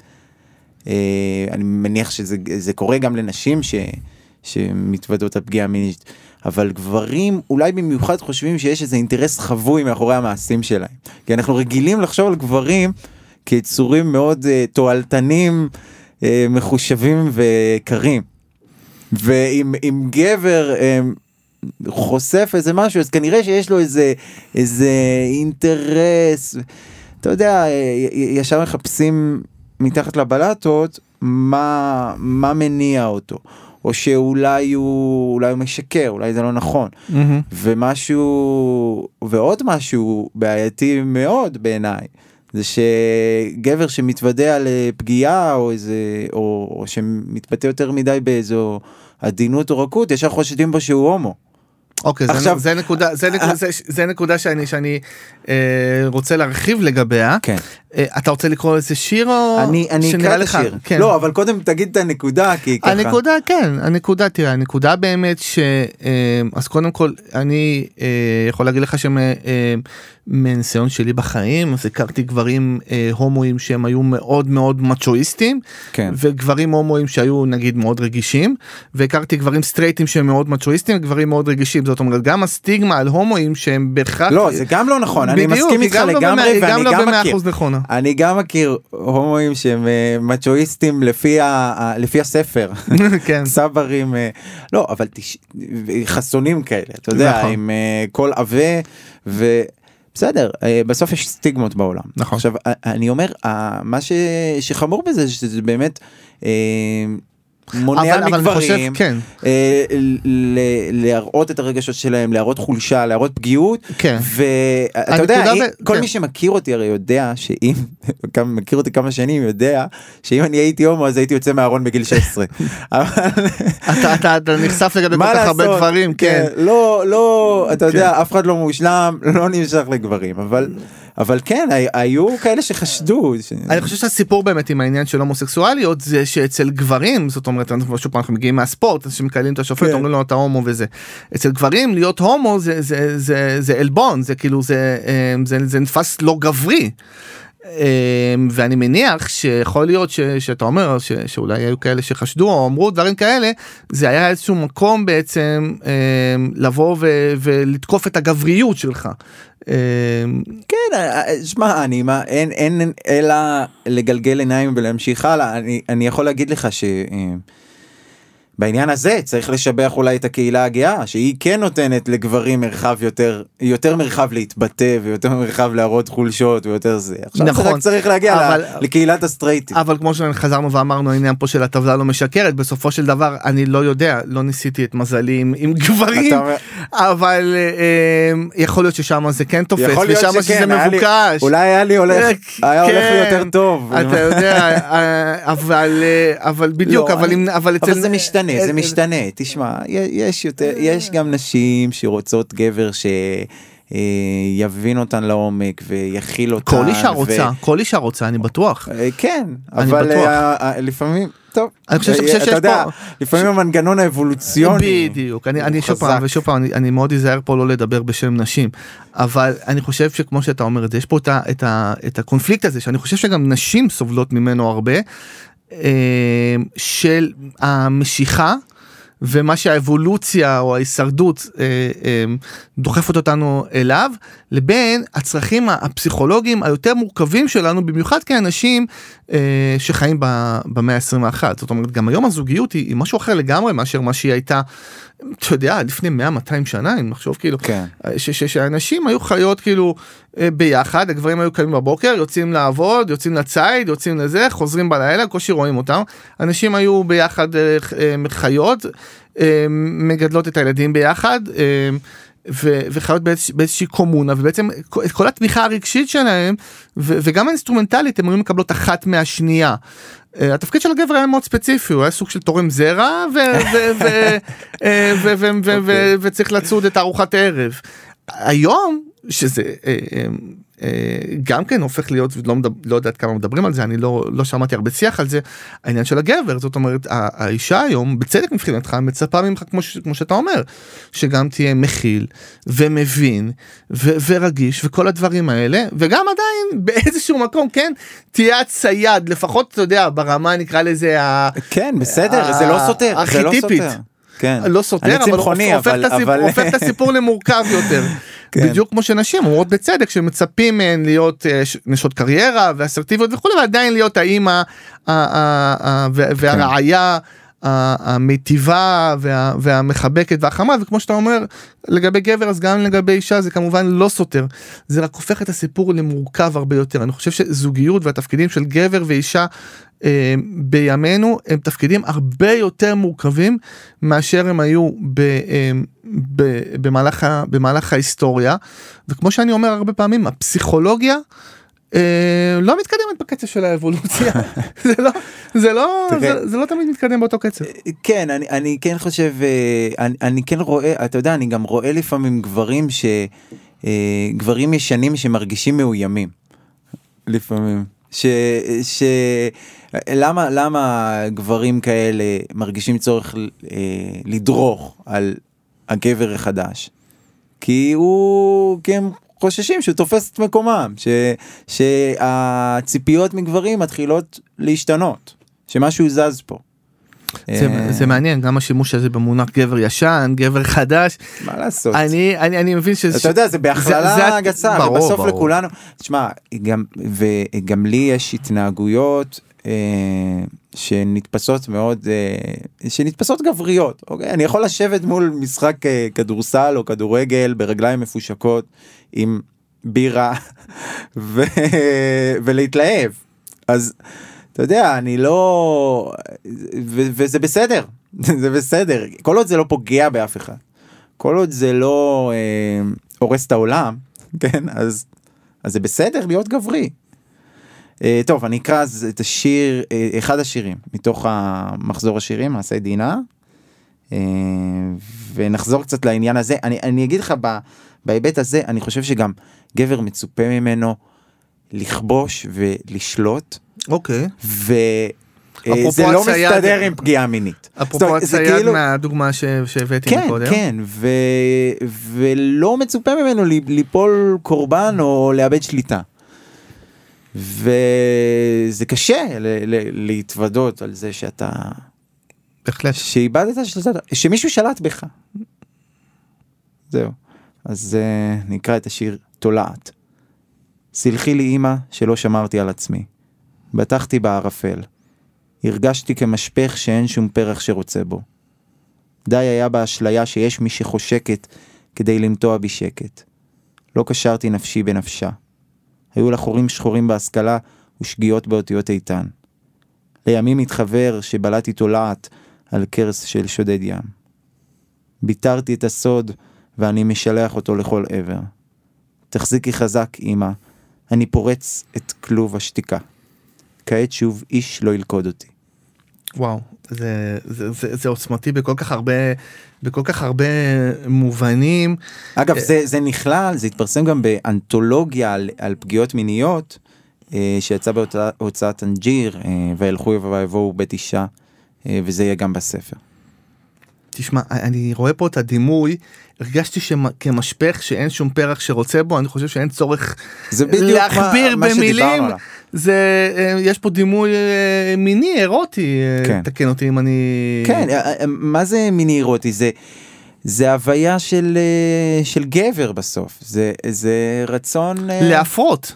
אני מניח שזה זה קורה גם לנשים ש, שמתוודות על פגיעה מינית, אבל גברים אולי במיוחד חושבים שיש איזה אינטרס חבוי מאחורי המעשים שלהם, כי אנחנו רגילים לחשוב על גברים כיצורים מאוד תועלתנים, מחושבים וקרים, ואם גבר... חושף איזה משהו, אז כנראה שיש לו איזה, איזה אינטרס, אתה יודע, ישר מחפשים מתחת לבלטות, מה, מה מניע אותו, או שאולי הוא, אולי הוא משקר, אולי זה לא נכון, mm-hmm. ומשהו, ועוד משהו בעייתי מאוד בעיניי, זה שגבר שמתוודע על פגיעה, או איזה, או, או שמתבטא יותר מדי באיזו עדינות או רכות, ישר חושדים בו שהוא הומו. אוקיי, עכשיו- זה נקודה, זה נקודה, זה- זה נקודה שאני, שאני אה, רוצה להרחיב לגביה. כן. אה, אתה רוצה לקרוא איזה שיר או אני, אני שנראה אקרא את לך? השיר. כן. לא, אבל קודם תגיד את הנקודה, כי ככה. הנקודה, כן, הנקודה, תראה, הנקודה באמת ש... אה, אז קודם כל, אני אה, יכול להגיד לך שמניסיון שלי בחיים, אז הכרתי גברים אה, הומואים שהם היו מאוד מאוד מצ'ואיסטים, כן. וגברים הומואים שהיו נגיד מאוד רגישים, והכרתי גברים סטרייטים שהם מאוד מצ'ואיסטים, וגברים מאוד רגישים, זאת אומרת, גם הסטיגמה על הומואים שהם בהכרח... לא, זה גם לא נכון, אני בדיוק, מסכים היא איתך גם לא לגמרי, במאה- היא ואני גם לא גם במאה מכיר. אחוז נכונה. אני גם מכיר הומואים שהם אה, מצ'ואיסטים לפי ה- ה- לפי הספר. כן. סברים, אה, לא, אבל תש- חסונים כאלה, אתה יודע, נכון. עם אה, קול עבה, ובסדר, אה, בסוף יש סטיגמות בעולם. נכון. עכשיו, אה, אני אומר, אה, מה ש- שחמור בזה, שזה באמת אה, מונע אבל- אבל אני חושב, מגברים, כן. אה, ל- להראות את הרגשות שלהם, להראות חולשה, להראות פגיעות, כן. ואתה הנקודה יודע, ב- כל כן. מי שמכיר אותי הרי יודע שאם, כמה- מכיר אותי כמה שנים, יודע שאם אני הייתי הומו אז הייתי יוצא מהארון בגיל שש עשרה. אבל- אתה, אתה, אתה נחשף לגבי כל מה כך הרבה לעשות? דברים, כן. לא, לא, אתה יודע, אף אחד לא מושלם, לא נמשך לגברים, אבל, אבל כן, הי- היו כאלה שחשדו. ש- אני חושב שהסיפור באמת עם העניין של הומוסקסואליות זה שאצל גברים, זאת אומרת, אנחנו שוב פעם אנחנו מגיעים מהספורט, אז שמקלים את השופט, כן. אומרים לו אתה הומו וזה. אצל גברים להיות הומו זה, זה, זה, זה עלבון, זה כאילו, זה, זה, זה נתפס לא גברי. ואני מניח שיכול להיות ש, שאתה אומר ש, שאולי היו כאלה שחשדו או אמרו דברים כאלה, זה היה איזשהו מקום בעצם לבוא ו, ולתקוף את הגבריות שלך. כן, שמע, אני, מה, אין, אין, אלא לגלגל עיניים ולהמשיך הלאה, אני, אני יכול להגיד לך ש... בעניין הזה צריך לשבח אולי את הקהילה הגאה, שהיא כן נותנת לגברים מרחב יותר, יותר מרחב להתבטא, ויותר מרחב להראות חולשות, ויותר זה. עכשיו נכון, רק צריך להגיע אבל, לקהילת הסטרייטים. אבל כמו שחזרנו ואמרנו, העניין פה של הטבלה לא משקרת, בסופו של דבר, אני לא יודע, לא ניסיתי את מזלי עם, עם גברים, אומר... אבל אה, יכול להיות ששם זה כן תופס, ושם שזה שכן, מבוקש. לי, אולי היה לי הולך, היה כן, הולך לי יותר טוב. אתה יודע, אבל, אבל בדיוק, לא, אבל, אני, אם, אבל, אצל, אבל זה משתנה, זה משתנה, תשמע, יש יותר, יש גם נשים שרוצות גבר שיבין אותן לעומק ויכיל אותן. כל אישה רוצה, כל אישה רוצה, אני בטוח. כן, אבל לפעמים, טוב, אני חושב שיש פה, פה, לפעמים המנגנון האבולוציוני, בדיוק, אני שוב פעם, ושוב פעם, אני מאוד אזהר פה לא לדבר בשם נשים, אבל אני חושב שכמו שאתה אומר, יש פה את הקונפליקט הזה, שאני חושב שגם נשים סובלות ממנו הרבה, של המשיכה, ומה שהאבולוציה או ההישרדות אה, אה, דוחפת אותנו אליו, לבין הצרכים הפסיכולוגיים היותר מורכבים שלנו, במיוחד כאנשים אה, שחיים במאה ה-עשרים ואחת. זאת אומרת, גם היום הזוגיות היא, היא משהו אחר לגמרי, מאשר מה שהיא הייתה, אתה יודע, לפני מאה מאתיים שנה, אם נחשוב כאילו, כן. ש- ש- שאנשים היו חיות כאילו אה, ביחד, הגברים היו קמים בבוקר, יוצאים לעבוד, יוצאים לצייד, יוצאים לזה, חוזרים בלילה, קושי רואים אותם, אנשים היו ביחד אה, אה, חיות, אה, מגדלות את הילדים ביחד, אה, ו- וחיות באיזוש, באיזושהי קומונה, ובעצם את כל התמיכה הרגשית שלהם, ו- וגם האינסטרומנטלית, הם היו מקבלות אחת מהשנייה. Uh, התפקיד של הגבר היה מאוד ספציפי, הוא היה סוג של תורם זרע, וצריך לצוד את ארוחת הערב. היום, שזה uh, uh, גם כן הופך להיות, לא, לא יודעת כמה מדברים על זה, אני לא, לא שמעתי הרבה שיח על זה, העניין של הגבר, זאת אומרת, האישה היום, בצדק מבחינתך, מצפה ממך, כמו, ש, כמו שאתה אומר, שגם תהיה מכיל, ומבין, ו, ורגיש, וכל הדברים האלה, וגם עדיין, באיזשהו מקום, כן, תהיה הצייד, לפחות, אתה יודע, ברמה נקרא לזה, כן, בסדר, זה לא סותר, זה לא סותר. כן. לא סותר, אבל הופך את הסיפור למורכב יותר. בדיוק כמו שנשים אומרות בצדק, שמצפים מהן להיות נשות קריירה ואסרטיביות וכו', ועדיין להיות האמא והרעיה המיטיבה והמחבקת והחמה, וכמו שאתה אומר, לגבי גבר, אז גם לגבי אישה, זה כמובן לא סותר. זה רק הופך את הסיפור למורכב הרבה יותר. אני חושב שזוגיות והתפקידים של גבר ואישה בימינו הם תפקידים הרבה יותר מורכבים מאשר הם היו ב, ב, במהלך, במהלך ההיסטוריה, וכמו שאני אומר הרבה פעמים, הפסיכולוגיה לא מתקדמת בקצב של האבולוציה. זה לא, זה לא, זה לא תמיד מתקדם באותו קצב. כן, אני, אני כן חושב, אני, אני כן רואה, אתה יודע, אני גם רואה לפעמים גברים ש, גברים ישנים שמרגישים מאוימים. לפעמים. ש, ש, למה, למה גברים כאלה מרגישים צורך לדרוך על הגבר החדש? כי הוא, כי הם חוששים שהוא תופס את מקומם, ש, שהציפיות מגברים מתחילות להשתנות, שמשהו זז פה. זה, זה מעניין, גם השימוש הזה במונח גבר ישן, גבר חדש. מה לעשות? אני, אני, אני מבין שזה... אתה יודע, זה בהכללה גסה, ובסוף לכולנו... תשמע, גם, וגם לי יש התנהגויות אה, שנתפסות מאוד, אה, שנתפסות גבריות, אוקיי? אני יכול לשבת מול משחק אה, כדורסל או כדורגל ברגליים מפושקות, עם בירה, ו... ולהתלהב. אז... אתה יודע, אני לא... ו- וזה בסדר, זה בסדר. כל עוד זה לא פוגע באף אחד. כל עוד זה לא אה, הורס את העולם, כן? אז, אז זה בסדר להיות גברי. אה, טוב, אני אקרא את השיר, אה, אחד השירים, מתוך המחזור השירים, מעשה דינה, אה, ונחזור קצת לעניין הזה. אני, אני אגיד לך, ב, בהיבט הזה, אני חושב שגם גבר מצופה ממנו לכבוש ולשלוט, אוקיי. וזה לא מסתדר עם פגיעה מינית. אפרופו הצייד מהדוגמה שהבאתי מקודם. כן, כן, ולא מצופה ממנו ליפול קורבן או לאבד שליטה. וזה קשה להתוודות על זה שאתה... בהחלט. שאיבדת שליטה, שמישהו שלט בך. זהו. אז נקרא את השיר תולעת. סלחי לי אמא שלא שמרתי על עצמי. בטחתי בערפל. הרגשתי כמשפך שאין שום פרח שרוצה בו. די היה באשליה שיש מי שחושקת כדי לנטוע בי שקט. לא קשרתי נפשי בנפשה. היו לה חורים שחורים בהשכלה ושגיאות באותיות איתן. לימים התחבר שבלעתי תולעת על קרס של שודד ים. ביטרתי את הסוד ואני משלח אותו לכל עבר. תחזיקי חזק אמא, אני פורץ את כלוב השתיקה. כעת שוב איש לא ילכוד אותי. וואו, זה, זה, זה, זה עוצמתי בכל כך הרבה, בכל כך הרבה מובנים. אגב, זה, זה נכלל, זה התפרסם גם באנתולוגיה על, על פגיעות מיניות, שיצא בהוצאת אנג'יר, והלכו ויבואו בית אישה, וזה יהיה גם בספר. תשמע, אני רואה פה את הדימוי, הרגשתי שכמשפך שאין שום פרח שרוצה בו, אני חושב שאין צורך להכביר במילים, זה, יש פה דימוי מיני, אירוטי, כן. תקן אותי אם אני... כן, מה זה מיני אירוטי? זה, זה הוויה של, של גבר בסוף, זה, זה רצון... להפרות.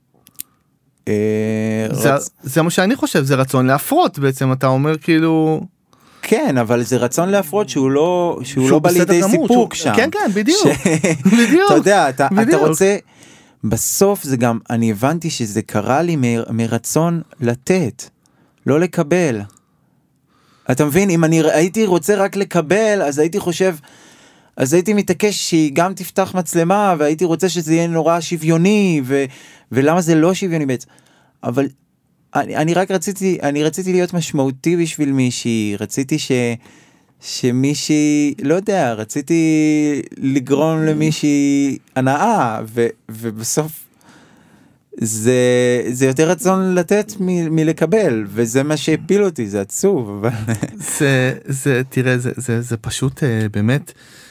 זה, רצ... זה מה שאני חושב, זה רצון להפרות בעצם, אתה אומר כאילו... כן, אבל זה רצון להפרות שהוא לא, שהוא שהוא לא בא לידי סיפוק שהוא... שם. כן, כן, בדיוק. ש... בדיוק. אתה יודע, אתה, בדיוק. אתה רוצה, בסוף זה גם, אני הבנתי שזה קרה לי מ... מרצון לתת, לא לקבל. אתה מבין, אם אני הייתי רוצה רק לקבל, אז הייתי חושב, אז הייתי מתעקש שהיא גם תפתח מצלמה, והייתי רוצה שזה יהיה נורא שוויוני, ו... ולמה זה לא שוויוני בעצם. אבל... אני, אני רק רציתי, אני רציתי להיות משמעותי בשביל מישהי, רציתי ש, שמישהי, לא יודע, רציתי לגרום למישהי הנאה, ו, ובסוף זה, זה יותר רצון לתת מ, מלקבל, וזה מה שהפיל אותי, זה עצוב, אבל... זה, זה, תראה, זה, זה, זה פשוט באמת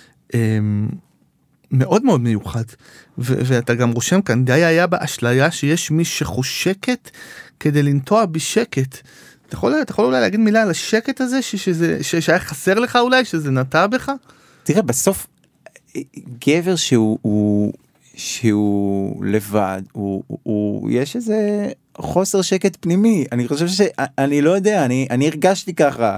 מאוד מאוד מיוחד, ו, ואתה גם רושם כאן, די היה באשליה שיש מי שחושקת, כדי לנטוע בשקט. אתה יכול, אתה יכול אולי להגיד מילה על השקט הזה, שזה, שהיה חסר לך אולי, שזה נטע בך? תראה, בסוף, גבר שהוא, הוא, שהוא לבד, הוא, הוא, יש איזה חוסר שקט פנימי. אני חושב שאני לא יודע, אני, אני הרגשתי ככה,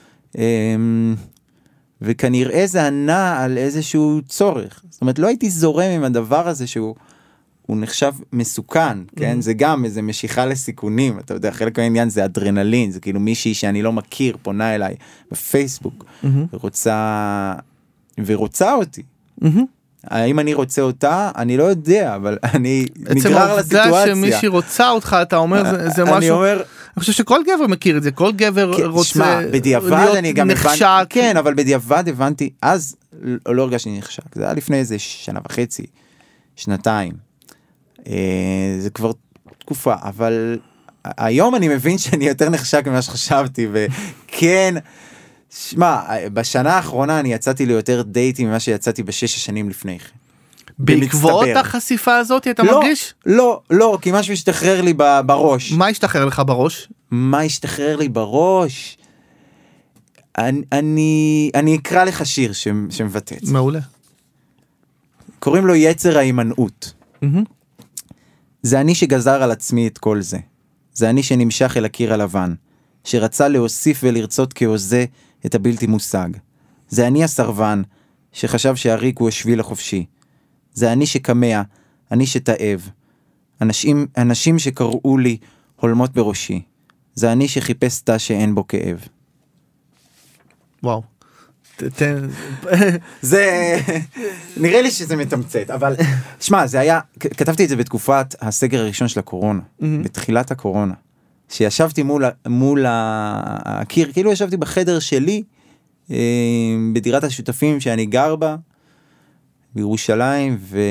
וכנראה זה ענה על איזשהו צורך. זאת אומרת, לא הייתי זורם עם הדבר הזה שהוא, הוא נחשב מסוכן, כן? זה גם איזה משיכה לסיכונים, אתה יודע, חלק מהעניין זה אדרנלין, זה כאילו מישהי שאני לא מכיר, פונה אליי בפייסבוק, ורוצה, ורוצה אותי. האם אני רוצה אותה? אני לא יודע, אבל אני נגרר לסיטואציה. עצם העובדה שמישהי רוצה אותך, אתה אומר, זה, זה אני משהו... אומר... אני חושב שכל גבר מכיר את זה, כל גבר כן, רוצה שמה, בדיעבד אני גם נחשק. הבנ... כן, אבל בדיעבד הבנתי, אז לא, לא הרגשתי נחשק, זה היה לפני איזה שנה וחצי, שנתיים. אה, זה כבר תקופה, אבל היום אני מבין שאני יותר נחשק ממה שחשבתי, וכן... שמע, בשנה האחרונה אני יצאתי ליותר דייטים ממה שיצאתי בשש השנים לפני כן. בעקבות החשיפה הזאת אתה לא, מרגיש? לא, לא, כי משהו השתחרר לי בראש. מה השתחרר לך בראש? מה השתחרר לי בראש? אני, אני, אני אקרא לך שיר ש, שמבטא את זה. מעולה. קוראים לו יצר ההימנעות. Mm-hmm. זה אני שגזר על עצמי את כל זה. זה אני שנמשך אל הקיר הלבן, שרצה להוסיף ולרצות כהוזה את הבלתי מושג. זה אני הסרבן, שחשב שהריק הוא השביל החופשי. זה אני שקמע, אני שתאב. אנשים, אנשים שקראו לי הולמות בראשי. זה אני שחיפש תא שאין בו כאב. וואו. תן... זה... נראה לי שזה מתמצת, אבל... שמע, זה היה... כתבתי את זה בתקופת הסגר הראשון של הקורונה. בתחילת הקורונה. שישבתי מול, מול הקיר, כאילו ישבתי בחדר שלי, בדירת השותפים שאני גר בה, בירושלים, ו...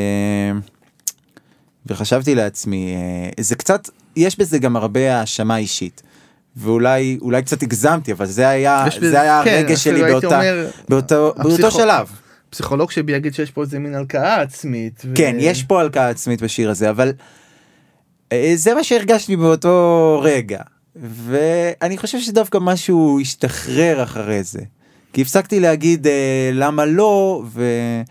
וחשבתי לעצמי, זה קצת, יש בזה גם הרבה האשמה אישית, ואולי אולי קצת הגזמתי, אבל זה היה, זה היה כן, הרגע שלי באותה, אומר, באותו, הפסיכו... באותו שלב. פסיכולוג שבי יגיד שיש פה איזה מין הלקאה עצמית. ו... כן, יש פה הלקאה עצמית בשיר הזה, אבל זה מה שהרגשתי באותו רגע. ואני חושב שדווקא משהו השתחרר אחרי זה. כי הפסקתי להגיד אה, למה לא, ו...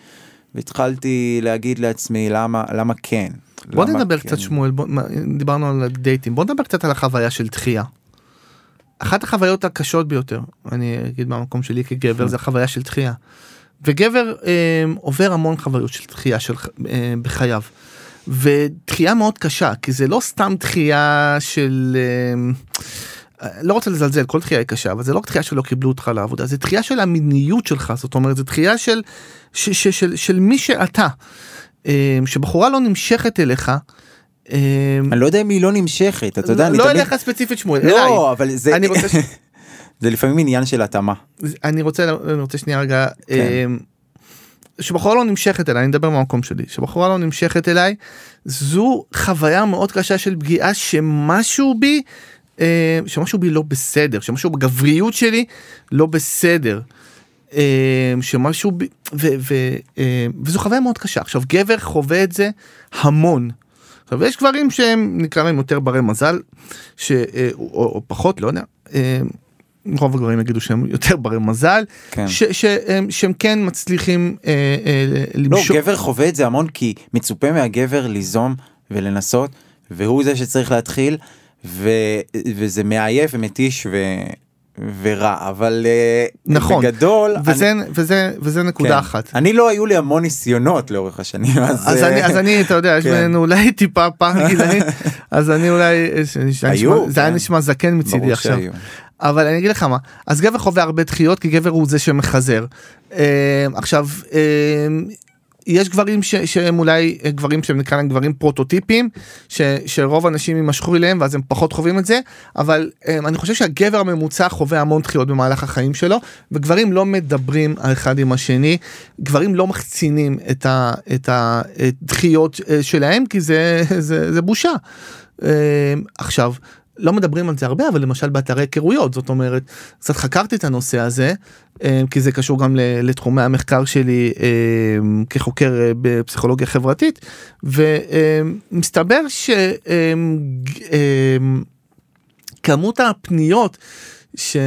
והתחלתי להגיד לעצמי למה, למה כן. בוא למה נדבר כן. קצת שמואל, בוא, דיברנו על דייטים, בוא נדבר קצת על החוויה של דחייה. אחת החוויות הקשות ביותר, אני אגיד מהמקום שלי כגבר, זה החוויה של דחייה. וגבר אה, עובר המון חוויות של דחייה של, אה, בחייו. ודחייה מאוד קשה, כי זה לא סתם דחייה של... לא רוצה לזלזל, כל דחייה היא קשה, אבל זה לא דחייה שלא קיבלו אותך לעבודה, זה דחייה של המיניות שלך, זאת אומרת, זה דחייה של, של, של, של, של מי שאתה, שבחורה לא נמשכת אליך. אני לא יודע אם היא לא נמשכת, אתה יודע, לא אליך ספציפית שמואל, אליי. לא, אבל זה... אני רוצה... זה לפעמים עניין של התאמה. אני רוצה, אני רוצה שנייה רגע... שבחורה לא נמשכת אליי, אני מדבר מהמקום שלי, שבחורה לא נמשכת אליי, זו חוויה מאוד קשה של פגיעה שמשהו בי, אה, שמשהו בי לא בסדר, שמשהו בגבריות שלי לא בסדר, אה, שמשהו בי, ו, ו, אה, וזו חוויה מאוד קשה. עכשיו, גבר חווה את זה המון. עכשיו, יש גברים שהם נקרא להם יותר ברי מזל, ש, אה, או, או פחות, לא יודע, אה, רוב הגברים יגידו שהם יותר ברי מזל, כן. ש, שהם, שהם כן מצליחים אה, אה, למשוך. לא, גבר חווה את זה המון, כי מצופה מהגבר ליזום ולנסות, והוא זה שצריך להתחיל, ו, וזה מעייף ומתיש ו, ורע, אבל נכון. בגדול... וזה, אני, וזה, וזה נקודה כן. אחת. אני לא היו לי המון ניסיונות לאורך השנים, אז... אז, אני, אז אני, אתה יודע, יש כן. בינינו אולי טיפה פעם גילאי, אז אני אולי... היו. נשמע, זה היה נשמע זקן מצידי עכשיו. שהיו. אבל אני אגיד לך מה, אז גבר חווה הרבה דחיות, כי גבר הוא זה שמחזר. עכשיו, יש גברים ש, שהם אולי גברים שהם נקרא להם גברים פרוטוטיפים, ש, שרוב אנשים יימשכו אליהם, ואז הם פחות חווים את זה, אבל אני חושב שהגבר הממוצע חווה המון דחיות במהלך החיים שלו, וגברים לא מדברים אחד עם השני, גברים לא מחצינים את, ה, את הדחיות שלהם, כי זה, זה, זה בושה. עכשיו, לא מדברים על זה הרבה, אבל למשל באתרי היכרויות, זאת אומרת, קצת חקרתי את הנושא הזה, כי זה קשור גם לתחומי המחקר שלי כחוקר בפסיכולוגיה חברתית, ומסתבר שכמות הפניות ש,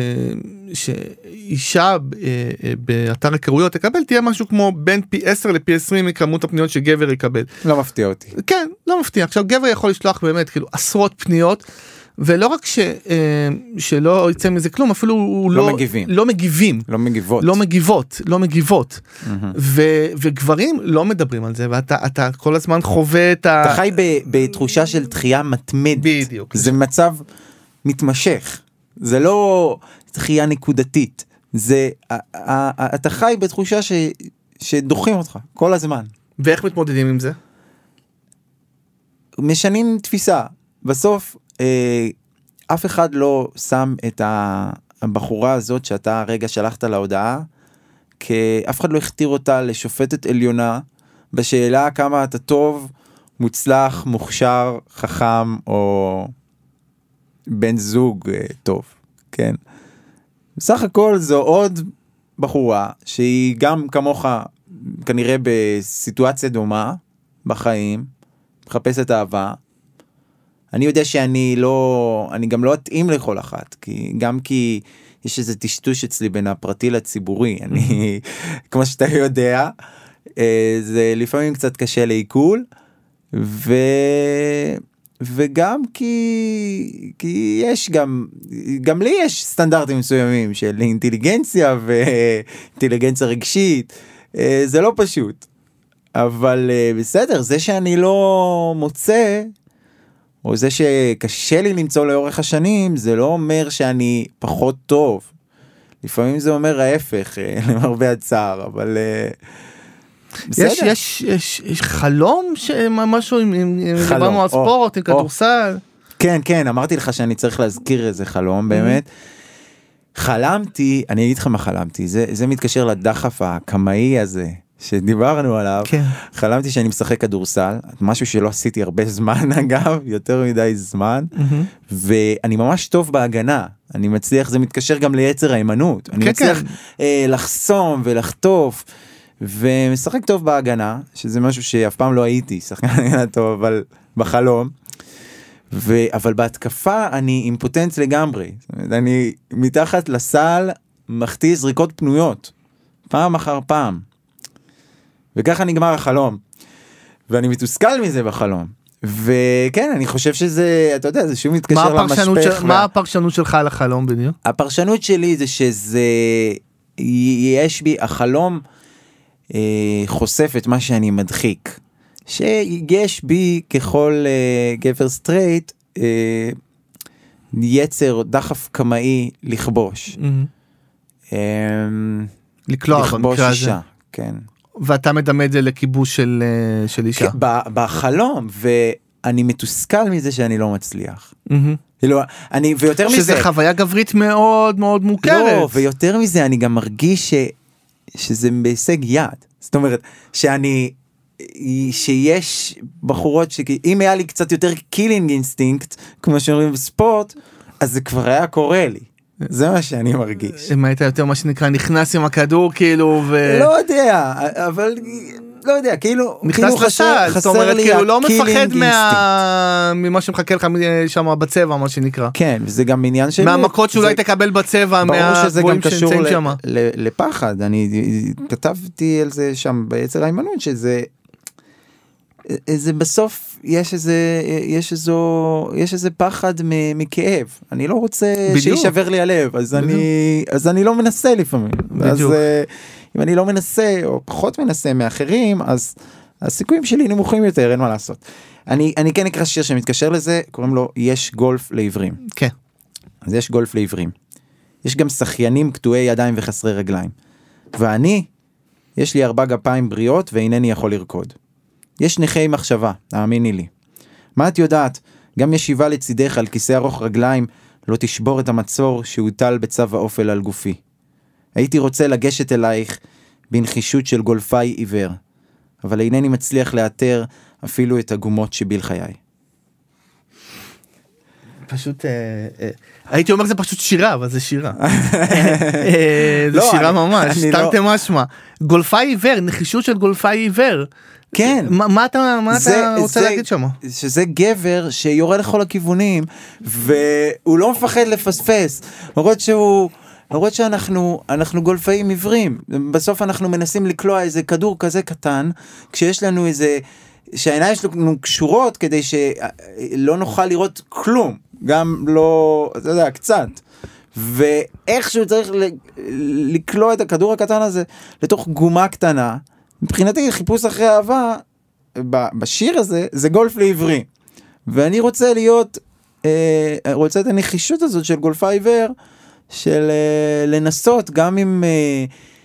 שאישה באתר היכרויות תקבל, תהיה משהו כמו בין פי עשר לפי עשרים מכמות הפניות שגבר יקבל. לא מפתיע אותי. כן, לא מפתיע. עכשיו גבר יכול לשלוח באמת כאילו עשרות פניות, ולא רק ש, שלא יצא מזה כלום, אפילו לא, לא, מגיבים. לא מגיבים. לא מגיבות. לא מגיבות, לא מגיבות. Mm-hmm. ו, וגברים לא מדברים על זה, ואתה אתה כל הזמן חווה את ה... אתה חי ב, בתחושה של דחייה מתמדת. בדיוק. זה מצב מתמשך. זה לא דחייה נקודתית. זה, אתה חי בתחושה ש, שדוחים אותך כל הזמן. ואיך מתמודדים עם זה? משנים תפיסה. בסוף, אה, אף אחד לא שם את הבחורה הזאת שאתה רגע שלחת להודעה, כי אף אחד לא הכתיר אותה לשופטת עליונה, בשאלה כמה אתה טוב, מוצלח, מוכשר, חכם, או בן זוג אה, טוב, כן? בסך הכל זו עוד בחורה, שהיא גם כמוך, כנראה בסיטואציה דומה, בחיים, מחפשת אהבה. אני יודע שאני לא, אני גם לא אתאים לכל אחת, כי גם כי יש איזה טשטוש אצלי בין הפרטי לציבורי, אני, כמו שאתה יודע, זה לפעמים קצת קשה לעיכול, ו... וגם כי, כי יש גם, גם לי יש סטנדרטים מסוימים של אינטליגנציה ואינטליגנציה רגשית, זה לא פשוט, אבל בסדר, זה שאני לא מוצא, או זה שקשה לי למצוא לאורך השנים, זה לא אומר שאני פחות טוב. לפעמים זה אומר ההפך, למרבה הצער, אבל בסדר. יש, יש, יש, יש חלום משהו עם, עם, דיברנו על ספורט, עם כדורסל. כן, כן, אמרתי לך שאני צריך להזכיר איזה חלום, באמת. חלמתי, אני אגיד לך מה חלמתי, זה, זה מתקשר לדחף הקמאי הזה, שדיברנו עליו, כן. חלמתי שאני משחק כדורסל, משהו שלא עשיתי הרבה זמן אגב, יותר מדי זמן, mm-hmm. ואני ממש טוב בהגנה, אני מצליח, זה מתקשר גם ליצר האימנות, אני כן, מצליח כן. אה, לחסום ולחטוף, ומשחק טוב בהגנה, שזה משהו שאף פעם לא הייתי, שחקן הגנה טוב, אבל בחלום, ו, אבל בהתקפה אני אימפוטנט לגמרי, זאת אומרת, אני מתחת לסל מחטיא זריקות פנויות, פעם אחר פעם, וככה נגמר החלום, ואני מתוסכל מזה בחלום, וכן, אני חושב שזה, אתה יודע, זה שוב מתקשר למשפך. של, מה הפרשנות שלך על החלום בדיוק? הפרשנות שלי זה שזה, יש בי, החלום אה, חושף את מה שאני מדחיק, שיש בי ככל אה, גבר סטרייט, אה, יצר, דחף קמאי לכבוש. Mm-hmm. אה, לקלוע במקרה הזה. כן. ואתה מדמה את זה לכיבוש של, של אישה. בחלום, ואני מתוסכל מזה שאני לא מצליח. כאילו, אני, ויותר מזה... שזה חוויה גברית מאוד מאוד מוכרת. לא, ויותר מזה, אני גם מרגיש ש, שזה בהישג יד. זאת אומרת, שאני, שיש בחורות שאם היה לי קצת יותר קילינג אינסטינקט, כמו שאומרים בספורט, אז זה כבר היה קורה לי. זה מה שאני מרגיש. אם היית יותר מה שנקרא נכנס עם הכדור כאילו ו... לא יודע, אבל לא יודע, כאילו נכנס לסל, זאת אומרת כאילו לא מפחד ממה שמחכה לך שם בצבע מה שנקרא. כן, וזה גם עניין של... מהמכות שאולי תקבל בצבע מהגבוהים שנמצאים שם. לפחד, אני כתבתי על זה שם ביצר האימנות שזה... זה בסוף יש איזה יש איזו יש איזה פחד מכאב, אני לא רוצה שישבר לי הלב, אז אני אז אני לא מנסה לפעמים, אז אם אני לא מנסה או פחות מנסה מאחרים, אז הסיכויים שלי נמוכים יותר, אין מה לעשות. אני אני כן אקרא שיר שמתקשר לזה, קוראים לו יש גולף לעברים. כן. אז יש גולף לעברים. יש גם שחיינים קטועי ידיים וחסרי רגליים, ואני יש לי ארבע גפיים בריאות ואינני יכול לרקוד. יש נכי מחשבה, האמיני לי. מה את יודעת? גם ישיבה לצידך על כיסא ארוך רגליים לא תשבור את המצור שהוטל בצו האופל על גופי. הייתי רוצה לגשת אלייך בנחישות של גולפי עיוור, אבל אינני מצליח לאתר אפילו את הגומות שביל חיי. פשוט, הייתי אומר זה פשוט שירה, אבל זה שירה. זה שירה ממש, תרתי משמע. גולפי עיוור, נחישות של גולפי עיוור. כן. מה אתה רוצה להגיד שם? שזה גבר שיורה לכל הכיוונים, והוא לא מפחד לפספס. למרות שהוא, למרות שאנחנו, אנחנו גולפאים עיוורים. בסוף אנחנו מנסים לקלוע איזה כדור כזה קטן, כשיש לנו איזה, שהעיניים שלנו קשורות, כדי שלא נוכל לראות כלום. גם לא, אתה יודע, קצת. ואיכשהו צריך לקלוע את הכדור הקטן הזה, לתוך גומה קטנה, מבחינתי חיפוש אחרי אהבה בשיר הזה זה גולף לעברי, ואני רוצה להיות אה, רוצה את הנחישות הזאת של גולפה עיוור, של אה, לנסות גם אם אה,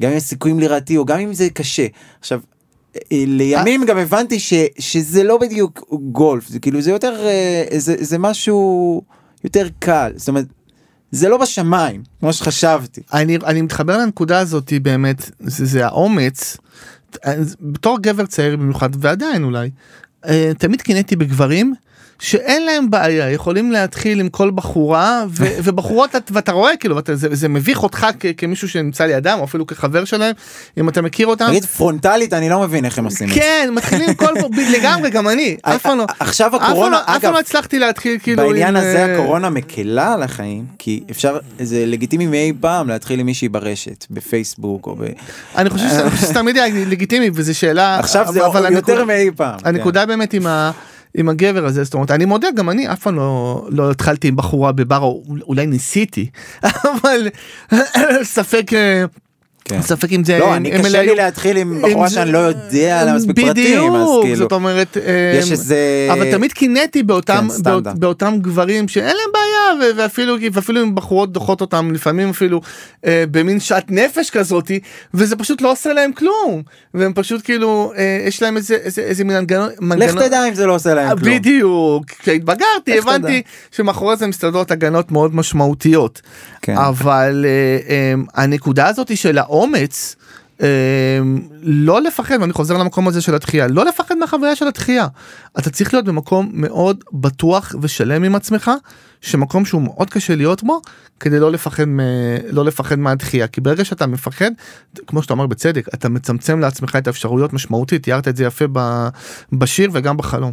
גם אם יש סיכויים לרעתי, או גם אם זה קשה. עכשיו, לימים גם הבנתי ש, שזה לא בדיוק גולף, זה כאילו, זה יותר, זה, זה משהו יותר קל, זאת אומרת, זה לא בשמיים, כמו שחשבתי. אני, אני מתחבר לנקודה הזאת, באמת, זה, זה האומץ, בתור גבר צעיר במיוחד, ועדיין אולי, תמיד קינאתי בגברים, שאין להם בעיה, יכולים להתחיל עם כל בחורה, ו- ובחורות, ואתה רואה, כאילו, ואתה, זה, זה מביך אותך כ- כמישהו שנמצא לידם, או אפילו כחבר שלהם, אם אתה מכיר אותם. תגיד, פרונטלית, אני לא מבין איך הם עושים את זה. כן, מתחילים כל, לגמרי, גם אני, אף פעם לא. עכשיו הקורונה, אף פעם לא הצלחתי להתחיל, כאילו, בעניין הזה הקורונה מקלה על החיים, כי אפשר, זה לגיטימי מאי פעם, להתחיל עם מישהי ברשת, בפייסבוק, או ב... אני חושב שזה תמיד לגיטימי, וזו שאלה... עכשיו זה יותר מאי פעם. הנקודה באמת עם ה... עם הגבר הזה, זאת אומרת, אני מודה, גם אני אף פעם לא, לא התחלתי עם בחורה בבר, או אולי ניסיתי, אבל ספק, כן. ספק אם זה... לא, אני קשה לי היו... להתחיל עם בחורה שאני לא יודע עליה מספיק פרטים, אז כאילו... זאת אומרת... יש איזה... אבל תמיד קינאתי באותם, כן, באות, באותם גברים שאין להם בעיה, ו- ואפילו, ואפילו עם בחורות דוחות אותם, לפעמים אפילו אה, במין שעת נפש כזאת, וזה פשוט לא עושה להם כלום, והם פשוט כאילו, אה, יש להם איזה, איזה, איזה מין מנגנון... לך תדע אם זה לא עושה להם כלום. בדיוק, כשהתבגרתי, הבנתי שמאחורי זה מסתדרות הגנות מאוד משמעותיות. כן. אבל אה, אה, הנקודה הזאת של האומץ, לא לפחד, ואני חוזר למקום הזה של התחייה, לא לפחד מהחוויה של התחייה. אתה צריך להיות במקום מאוד בטוח ושלם עם עצמך, שמקום שהוא מאוד קשה להיות בו, כדי לא לפחד, לא לפחד מהתחייה. כי ברגע שאתה מפחד, כמו שאתה אומר בצדק, אתה מצמצם לעצמך את האפשרויות משמעותית, תיארת את זה יפה בשיר וגם בחלום.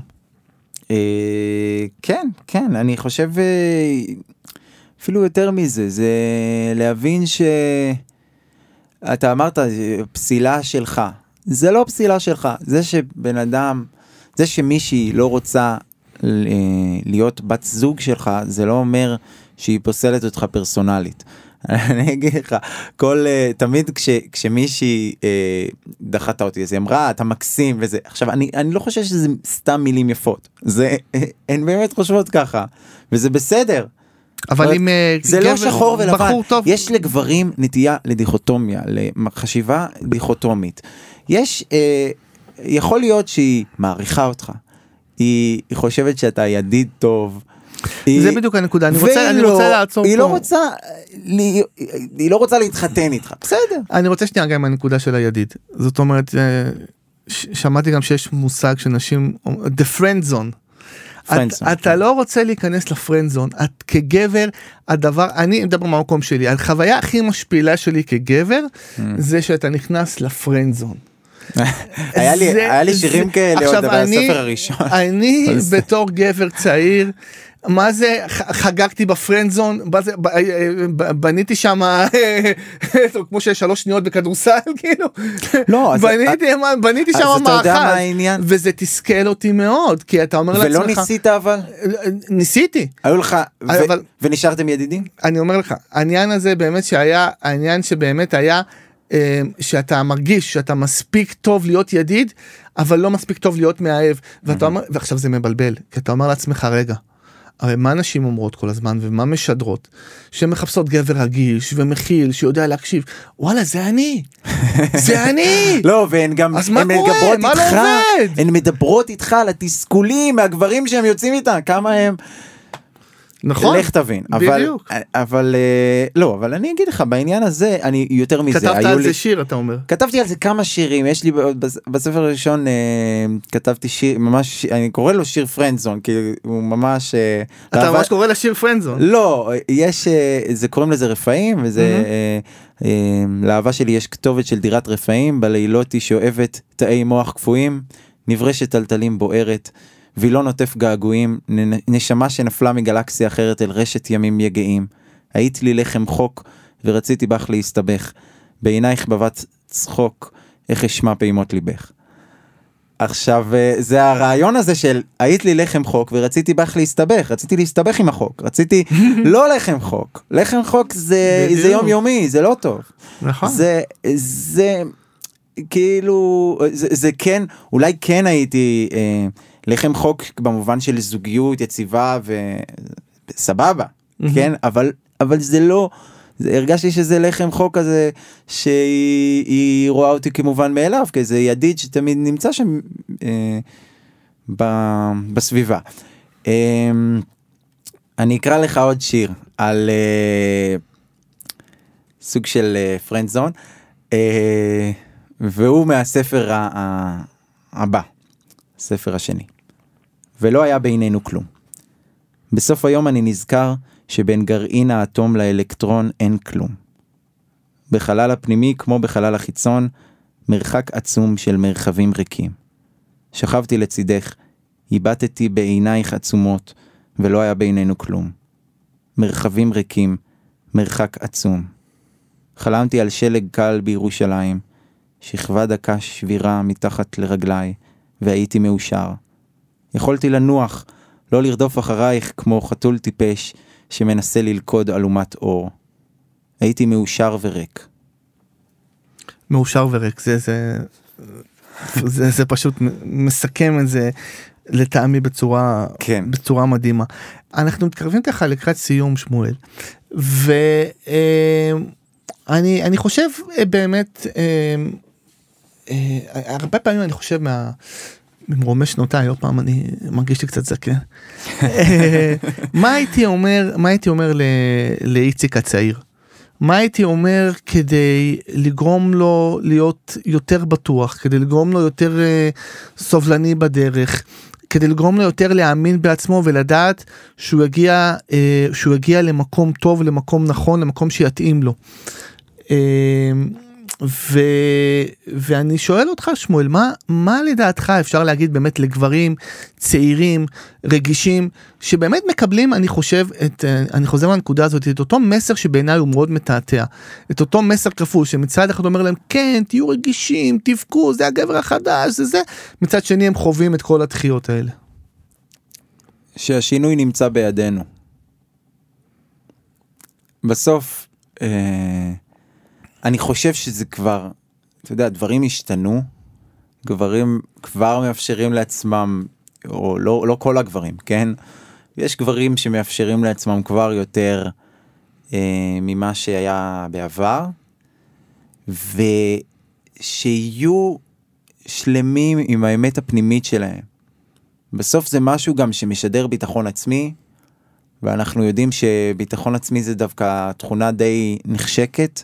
כן, כן, אני חושב אפילו יותר מזה, זה להבין ש... אתה אמרת, פסילה שלך. זה לא פסילה שלך. זה שבן אדם, זה שמישהי לא רוצה להיות בת זוג שלך, זה לא אומר שהיא פוסלת אותך פרסונלית. אני אגיד לך, כל, תמיד כש, כשמישהי דחתה אותי, אז היא אמרה, אתה מקסים וזה. עכשיו, אני, אני לא חושב שזה סתם מילים יפות. זה, הן באמת חושבות ככה. וזה בסדר. אבל אם זה לא שחור ולבן, יש לגברים נטייה לדיכוטומיה, לחשיבה דיכוטומית. יש, יכול להיות שהיא מעריכה אותך, היא חושבת שאתה ידיד טוב. זה בדיוק הנקודה, אני רוצה לעצור פה. היא לא רוצה, היא לא רוצה להתחתן איתך, בסדר. אני רוצה שנייה גם עם הנקודה של הידיד. זאת אומרת, שמעתי גם שיש מושג של נשים, the friend zone. את, אתה לא רוצה להיכנס לפרנדזון, את כגבר, הדבר, אני מדבר מהמקום שלי, החוויה הכי משפילה שלי כגבר, זה שאתה נכנס לפרנדזון. היה לי שירים כאלה עוד בספר הראשון. אני בתור גבר צעיר, מה זה, חגגתי בפרנדזון, בניתי שם, כמו שיש שלוש שניות בכדורסל, כאילו, בניתי שם מאחד, וזה תסכל אותי מאוד, כי אתה אומר לעצמך, ולא ניסית אבל? ניסיתי. היו לך, ונשארתם ידידים? אני אומר לך, העניין הזה באמת שהיה, העניין שבאמת היה, שאתה מרגיש שאתה מספיק טוב להיות ידיד, אבל לא מספיק טוב להיות מאהב, ועכשיו זה מבלבל, כי אתה אומר לעצמך, רגע, הרי מה נשים אומרות כל הזמן, ומה משדרות, שמחפשות גבר רגיש ומכיל, שיודע להקשיב, וואלה, זה אני, זה אני. לא, והן גם, אז מה קורה? מה לא עובד? הן מדברות איתך על התסכולים, מהגברים שהם יוצאים איתם, כמה הם... נכון, לך תבין, בדיוק. אבל, אבל, לא, אבל אני אגיד לך, בעניין הזה, אני יותר מזה. כתבת על זה שיר, אתה אומר. כתבתי על זה כמה שירים, יש לי, בספר הראשון, כתבתי שיר, ממש, אני קורא לו שיר פרנדזון, כי הוא ממש... אתה ממש קורא לשיר פרנדזון? לא, יש, זה קוראים לזה רפאים, וזה, לאהבה שלי יש כתובת של דירת רפאים, בלילות היא שאוהבת תאי מוח קפואים, נברשת טלטלים בוערת, וילון עוטף געגועים, נשמה שנפלה מגלקסיה אחרת אל רשת ימים יגעים. היית לי לחם חוק, ורציתי בך להסתבך. בעינייך בבת צחוק, איך אשמע פעימות ליבך. עכשיו, זה הרעיון הזה של, היית לי לחם חוק, ורציתי בך להסתבך. רציתי להסתבך עם החוק. רציתי לא לחם חוק. לחם חוק זה, זה יום יומי, זה לא טוב. נכון. זה, זה, כאילו, זה, זה כן, אולי כן הייתי... אה, לחם חוק במובן של זוגיות יציבה וסבבה, כן? אבל, אבל זה לא, הרגשתי שזה לחם חוק כזה, שהיא רואה אותי כמובן מאליו, כאיזה ידיד שתמיד נמצא שם אה, ב, בסביבה. אה, אני אקרא לך עוד שיר, על אה, סוג של אה, פרנד זון, אה, והוא מהספר ה, ה, הבא, הספר השני. ולא היה בינינו כלום. בסוף היום אני נזכר שבין גרעין האטום לאלקטרון אין כלום. בחלל הפנימי כמו בחלל החיצון, מרחק עצום של מרחבים ריקים. שכבתי לצידך, היבטתי בעינייך עצומות, ולא היה בינינו כלום. מרחבים ריקים, מרחק עצום. חלמתי על שלג קל בירושלים, שכבה דקה שבירה מתחת לרגליי, והייתי מאושר. יכולתי לנוח, לא לרדוף אחרייך כמו חתול טיפש שמנסה ללכוד אלומת אור. הייתי מאושר וריק. מאושר וריק, זה, זה, זה, זה פשוט מסכם את זה לטעמי בצורה, כן. בצורה מדהימה. אנחנו מתקרבים ככה לקראת סיום, שמואל, ואני, אני חושב באמת, הרבה פעמים אני חושב מה, ממרומי שנותיי, עוד פעם אני מרגיש לי קצת זקן. מה הייתי אומר, מה הייתי אומר לאיציק הצעיר? מה הייתי אומר כדי לגרום לו להיות יותר בטוח, כדי לגרום לו יותר סובלני בדרך, כדי לגרום לו יותר להאמין בעצמו ולדעת שהוא יגיע, שהוא יגיע למקום טוב, למקום נכון, למקום שיתאים לו. ו... ואני שואל אותך, שמואל, מה, מה לדעתך אפשר להגיד באמת לגברים צעירים, רגישים, שבאמת מקבלים, אני חושב, את, אני חוזר לנקודה הזאת, את אותו מסר שבעיניי הוא מאוד מתעתע, את אותו מסר כפול, שמצד אחד אומר להם, כן, תהיו רגישים, תבכו, זה הגבר החדש, זה זה, מצד שני הם חווים את כל הדחיות האלה. שהשינוי נמצא בידינו. בסוף, אה... אני חושב שזה כבר, אתה יודע, דברים השתנו, גברים כבר מאפשרים לעצמם, או לא, לא כל הגברים, כן? יש גברים שמאפשרים לעצמם כבר יותר אה, ממה שהיה בעבר, ושיהיו שלמים עם האמת הפנימית שלהם. בסוף זה משהו גם שמשדר ביטחון עצמי, ואנחנו יודעים שביטחון עצמי זה דווקא תכונה די נחשקת,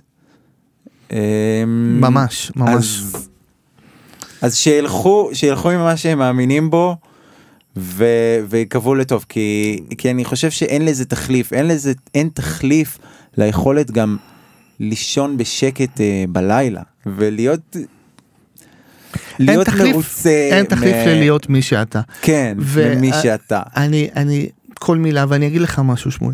ממש, ממש. אז, אז שילכו, שילכו עם מה שהם מאמינים בו, ו, ויקבעו לטוב, כי, כי אני חושב שאין לזה תחליף, אין לזה, אין תחליף ליכולת גם לישון בשקט uh, בלילה, ולהיות, להיות תחליף, מרוצה. אין תחליף מ... ללהיות מי שאתה. כן, ו- למי שאתה. אני, אני, כל מילה, ואני אגיד לך משהו, שמואל.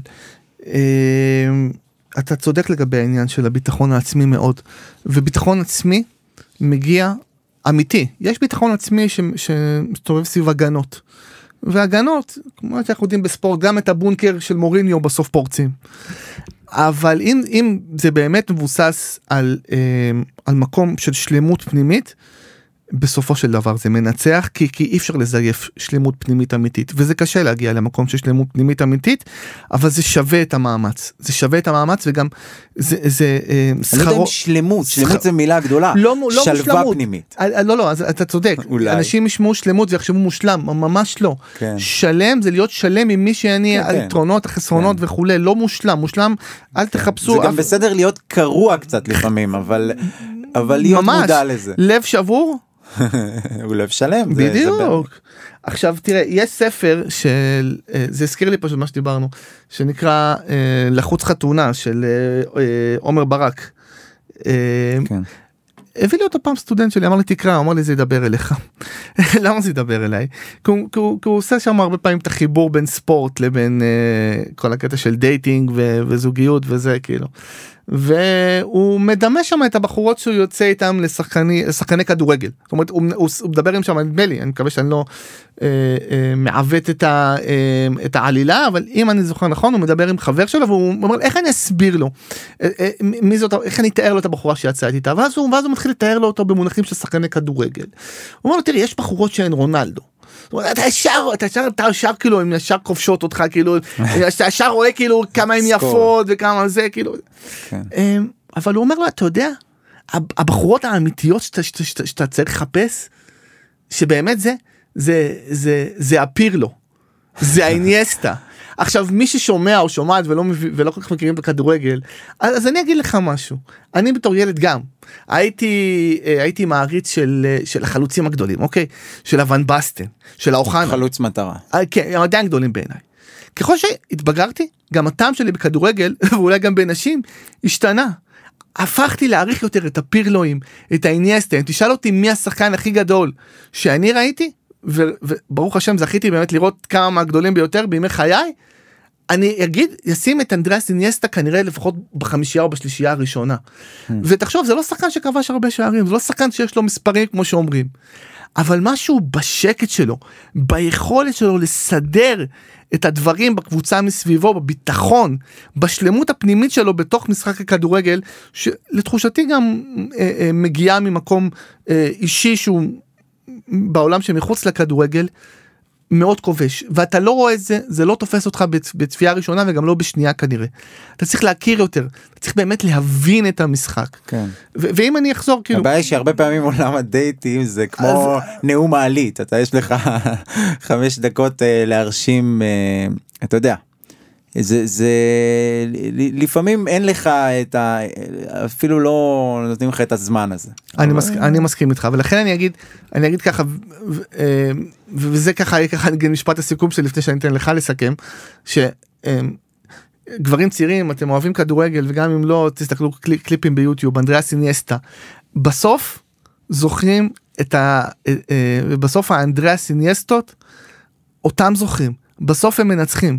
אתה צודק לגבי העניין של הביטחון העצמי מאוד, וביטחון עצמי מגיע אמיתי. יש ביטחון עצמי ש, שמסתובב סביב הגנות, והגנות, כמו שאנחנו יודעים בספורט, גם את הבונקר של מוריניו בסוף פורצים. אבל אם, אם זה באמת מבוסס על, על מקום של שלמות פנימית, בסופו של דבר זה מנצח, כי, כי אי אפשר לזייף שלמות פנימית אמיתית, וזה קשה להגיע למקום של שלמות פנימית אמיתית, אבל זה שווה את המאמץ, זה שווה את המאמץ, וגם זה, זה שכרו... אני לא יודע אם שלמות, שלמות זה מילה גדולה, לא, לא שלווה מושלמות. פנימית. לא, לא, אז אתה צודק, אולי. אנשים ישמעו שלמות ויחשבו מושלם, ממש לא. כן. שלם זה להיות שלם עם מי שאני, כן, היתרונות, החסרונות כן. וכו', לא מושלם, מושלם, אל תחפשו... זה גם בסדר להיות קרוע קצת לפעמים, אבל, אבל להיות ממש, מודע לזה. לב שבור? הוא לב שלם. בדיוק. עכשיו תראה, יש ספר של, זה הזכיר לי פשוט מה שדיברנו, שנקרא לחוץ חתונה של עומר ברק. כן. הביא לי אותו פעם סטודנט שלי, אמר לי תקרא, אמר לי זה ידבר אליך. למה זה ידבר אליי? כי הוא, כי הוא, כי הוא עושה שם הרבה פעמים את החיבור בין ספורט לבין uh, כל הקטע של דייטינג ו- וזוגיות וזה כאילו. והוא מדמה שם את הבחורות שהוא יוצא איתם לשחקני, לשחקני כדורגל. זאת אומרת, הוא, הוא, הוא מדבר עם שם, נדמה לי, אני מקווה שאני לא אה, אה, מעוות את, ה, אה, את העלילה, אבל אם אני זוכר נכון, הוא מדבר עם חבר שלו, והוא אומר, איך אני אסביר לו? אה, אה, מי זאת, איך אני אתאר לו את הבחורה שיצאת איתה? ואז הוא, ואז הוא מתחיל לתאר לו אותו במונחים של שחקני כדורגל. הוא אומר לו, תראי, יש בחורות שהן רונלדו. אתה ישר, אתה ישר, אתה ישר כאילו, הם ישר כובשות אותך, כאילו, אתה ישר רואה כאילו כמה הם יפות וכמה זה, כאילו. אבל הוא אומר לו, אתה יודע, הבחורות האמיתיות שאתה, שאתה, שאתה, שאתה צריך לחפש, שבאמת זה, זה, זה, זה הפירלו, זה האינייסטה. עכשיו, מי ששומע או שומעת ולא, ולא כל כך מכירים בכדורגל, אז, אז אני אגיד לך משהו. אני בתור ילד גם, הייתי, הייתי מעריץ של, של החלוצים הגדולים, אוקיי? של הוון בסטן, של האוחנה. חלוץ מטרה. כן, הם עדיין גדולים בעיניי. ככל שהתבגרתי, גם הטעם שלי בכדורגל, ואולי גם בנשים, השתנה. הפכתי להעריך יותר את הפירלואים, את האינייסטה. תשאל אותי מי השחקן הכי גדול שאני ראיתי, וברוך השם זכיתי באמת לראות כמה מהגדולים ביותר בימי חיי, אני אגיד, ישים את אנדריאס אינייסטה כנראה לפחות בחמישייה או בשלישייה הראשונה. ותחשוב, זה לא שחקן שכבש הרבה שערים, זה לא שחקן שיש לו מספרים כמו שאומרים, אבל משהו בשקט שלו, ביכולת שלו לסדר את הדברים בקבוצה מסביבו, בביטחון, בשלמות הפנימית שלו בתוך משחק הכדורגל, שלתחושתי גם אה, אה, מגיעה ממקום אה, אישי שהוא בעולם שמחוץ לכדורגל, מאוד כובש, ואתה לא רואה את זה, זה לא תופס אותך בצפייה ראשונה, וגם לא בשנייה כנראה. אתה צריך להכיר יותר, אתה צריך באמת להבין את המשחק. כן. ו- ואם אני אחזור, כאילו... הבעיה היא שהרבה פעמים עולם הדייטים זה כמו אז... נאום מעלית, אתה יש לך חמש דקות uh, להרשים, uh, אתה יודע, זה, זה, לפעמים אין לך את ה... אפילו לא נותנים לך את הזמן הזה. אני, אבל... מסכים, אני מסכים איתך, ולכן אני אגיד, אני אגיד ככה, ו, וזה ככה, ככה נגיד משפט הסיכום שלי לפני שאני אתן לך לסכם, שגברים צעירים, אתם אוהבים כדורגל, וגם אם לא, תסתכלו קליפים ביוטיוב, אנדריאס אינייסטה, בסוף זוכרים את ה... בסוף האנדריאס אינייסטות, אותם זוכרים, בסוף הם מנצחים.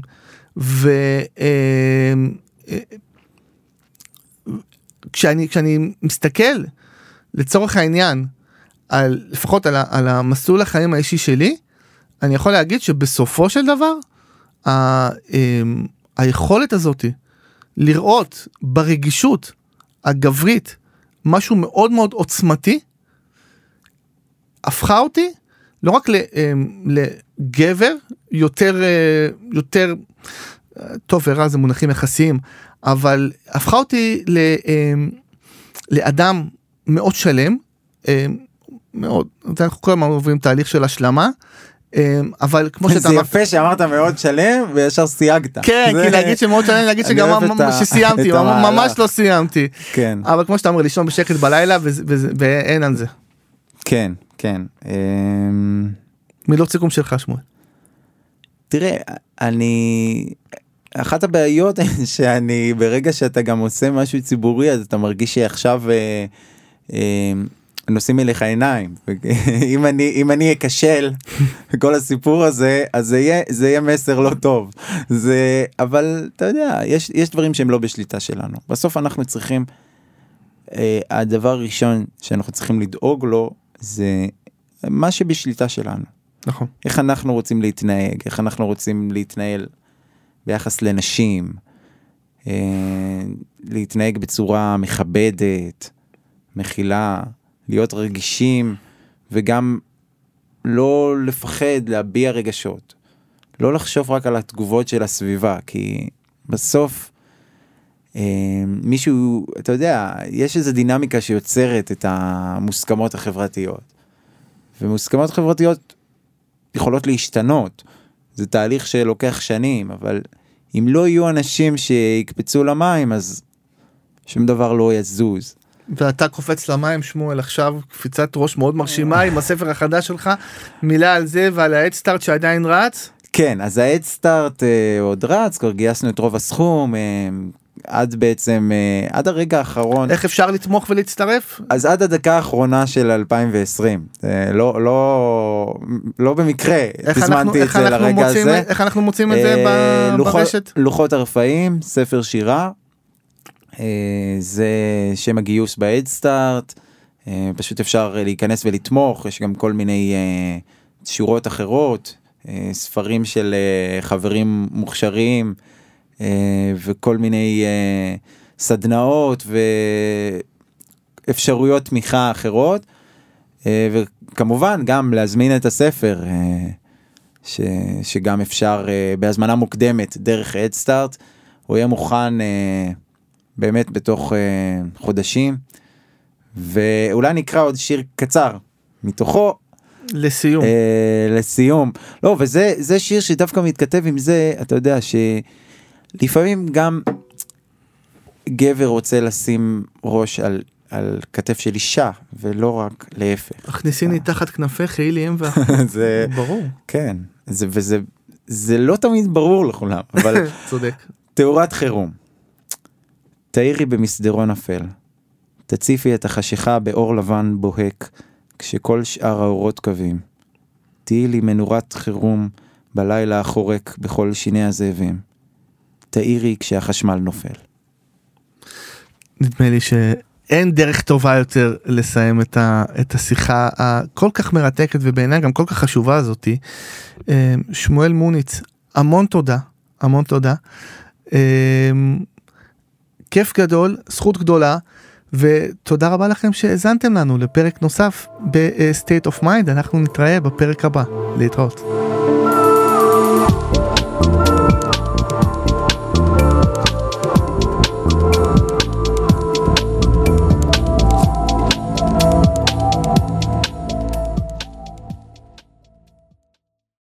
וכשאני כשאני מסתכל לצורך העניין על לפחות על, על המסלול החיים האישי שלי, אני יכול להגיד שבסופו של דבר ה, היכולת הזאת לראות ברגישות הגברית משהו מאוד מאוד עוצמתי, הפכה אותי לא רק לגבר יותר יותר טוב ורע, זה מונחים יחסיים, אבל הפכה אותי לאדם מאוד שלם, מאוד, אנחנו כל הזמן עוברים תהליך של השלמה, אבל כמו שאתה... זה יפה שאמרת מאוד שלם וישר סייגת. כן, כי להגיד שמאוד שלם, להגיד שגם שסיימתי, ממש לא סיימתי. כן. אבל כמו שאתה אומר, לישון בשקט בלילה ואין על זה. כן, כן. מילות סיכום שלך, שמואל. תראה, אני... אחת הבעיות שאני, ברגע שאתה גם עושה משהו ציבורי, אז אתה מרגיש שעכשיו אה, אה, נושאים אליך עיניים. אם אני, אם אני אקשל כל הסיפור הזה, אז זה יהיה, זה יהיה מסר לא טוב. זה, אבל אתה יודע, יש, יש דברים שהם לא בשליטה שלנו. בסוף אנחנו צריכים, אה, הדבר הראשון שאנחנו צריכים לדאוג לו, זה מה שבשליטה שלנו. נכון. איך אנחנו רוצים להתנהג, איך אנחנו רוצים להתנהל ביחס לנשים, אה, להתנהג בצורה מכבדת, מכילה, להיות רגישים, וגם לא לפחד להביע רגשות. לא לחשוב רק על התגובות של הסביבה, כי בסוף אה, מישהו, אתה יודע, יש איזו דינמיקה שיוצרת את המוסכמות החברתיות. ומוסכמות חברתיות יכולות להשתנות. זה תהליך שלוקח שנים, אבל אם לא יהיו אנשים שיקפצו למים, אז שום דבר לא יזוז. ואתה קופץ למים, שמואל, עכשיו קפיצת ראש מאוד מרשימה עם הספר החדש שלך, מילה על זה ועל ההדסטארט שעדיין רץ? כן, אז ההדסטארט אה, עוד רץ, כבר גייסנו את רוב הסכום, אה, עד בעצם, אה, עד הרגע האחרון. איך אפשר לתמוך ולהצטרף? אז עד הדקה האחרונה של אלפיים ועשרים, אה, לא, לא, לא במקרה, תזמנתי את זה לרגע הזה. איך אנחנו מוצאים את זה אה, לוחות, ברשת? לוחות הרפאים, ספר שירה, זה שם הגיוס בהדסטארט, פשוט אפשר להיכנס ולתמוך, יש גם כל מיני שורות אחרות, ספרים של חברים מוכשרים, וכל מיני סדנאות ואפשרויות תמיכה אחרות, וכמובן גם להזמין את הספר, ש, שגם אפשר uh, בהזמנה מוקדמת דרך הדסטארט, הוא יהיה מוכן uh, באמת בתוך uh, חודשים, ואולי נקרא עוד שיר קצר מתוכו. לסיום. Uh, לסיום. לא, וזה זה שיר שדווקא מתכתב עם זה, אתה יודע שלפעמים גם גבר רוצה לשים ראש על, על כתף של אישה, ולא רק להפך. הכניסיני תחת כנפך, היא לי אמבה. זה ברור. כן, זה, וזה זה לא תמיד ברור לכולם, אבל צודק. תאורת חירום. תאירי במסדרון אפל, תציפי את החשיכה באור לבן בוהק, כשכל שאר האורות קווים. תהי לי מנורת חירום בלילה החורק בכל שיני הזאבים. תאירי כשהחשמל נופל. נדמה לי שאין דרך טובה יותר לסיים את, ה, את השיחה הכל כך מרתקת ובעיניי גם כל כך חשובה הזאתי. שמואל מוניץ, המון תודה, המון תודה. כיף גדול, זכות גדולה, ותודה רבה לכם שהזנתם לנו לפרק נוסף ב-State of Mind. אנחנו נתראה בפרק הבא. להתראות.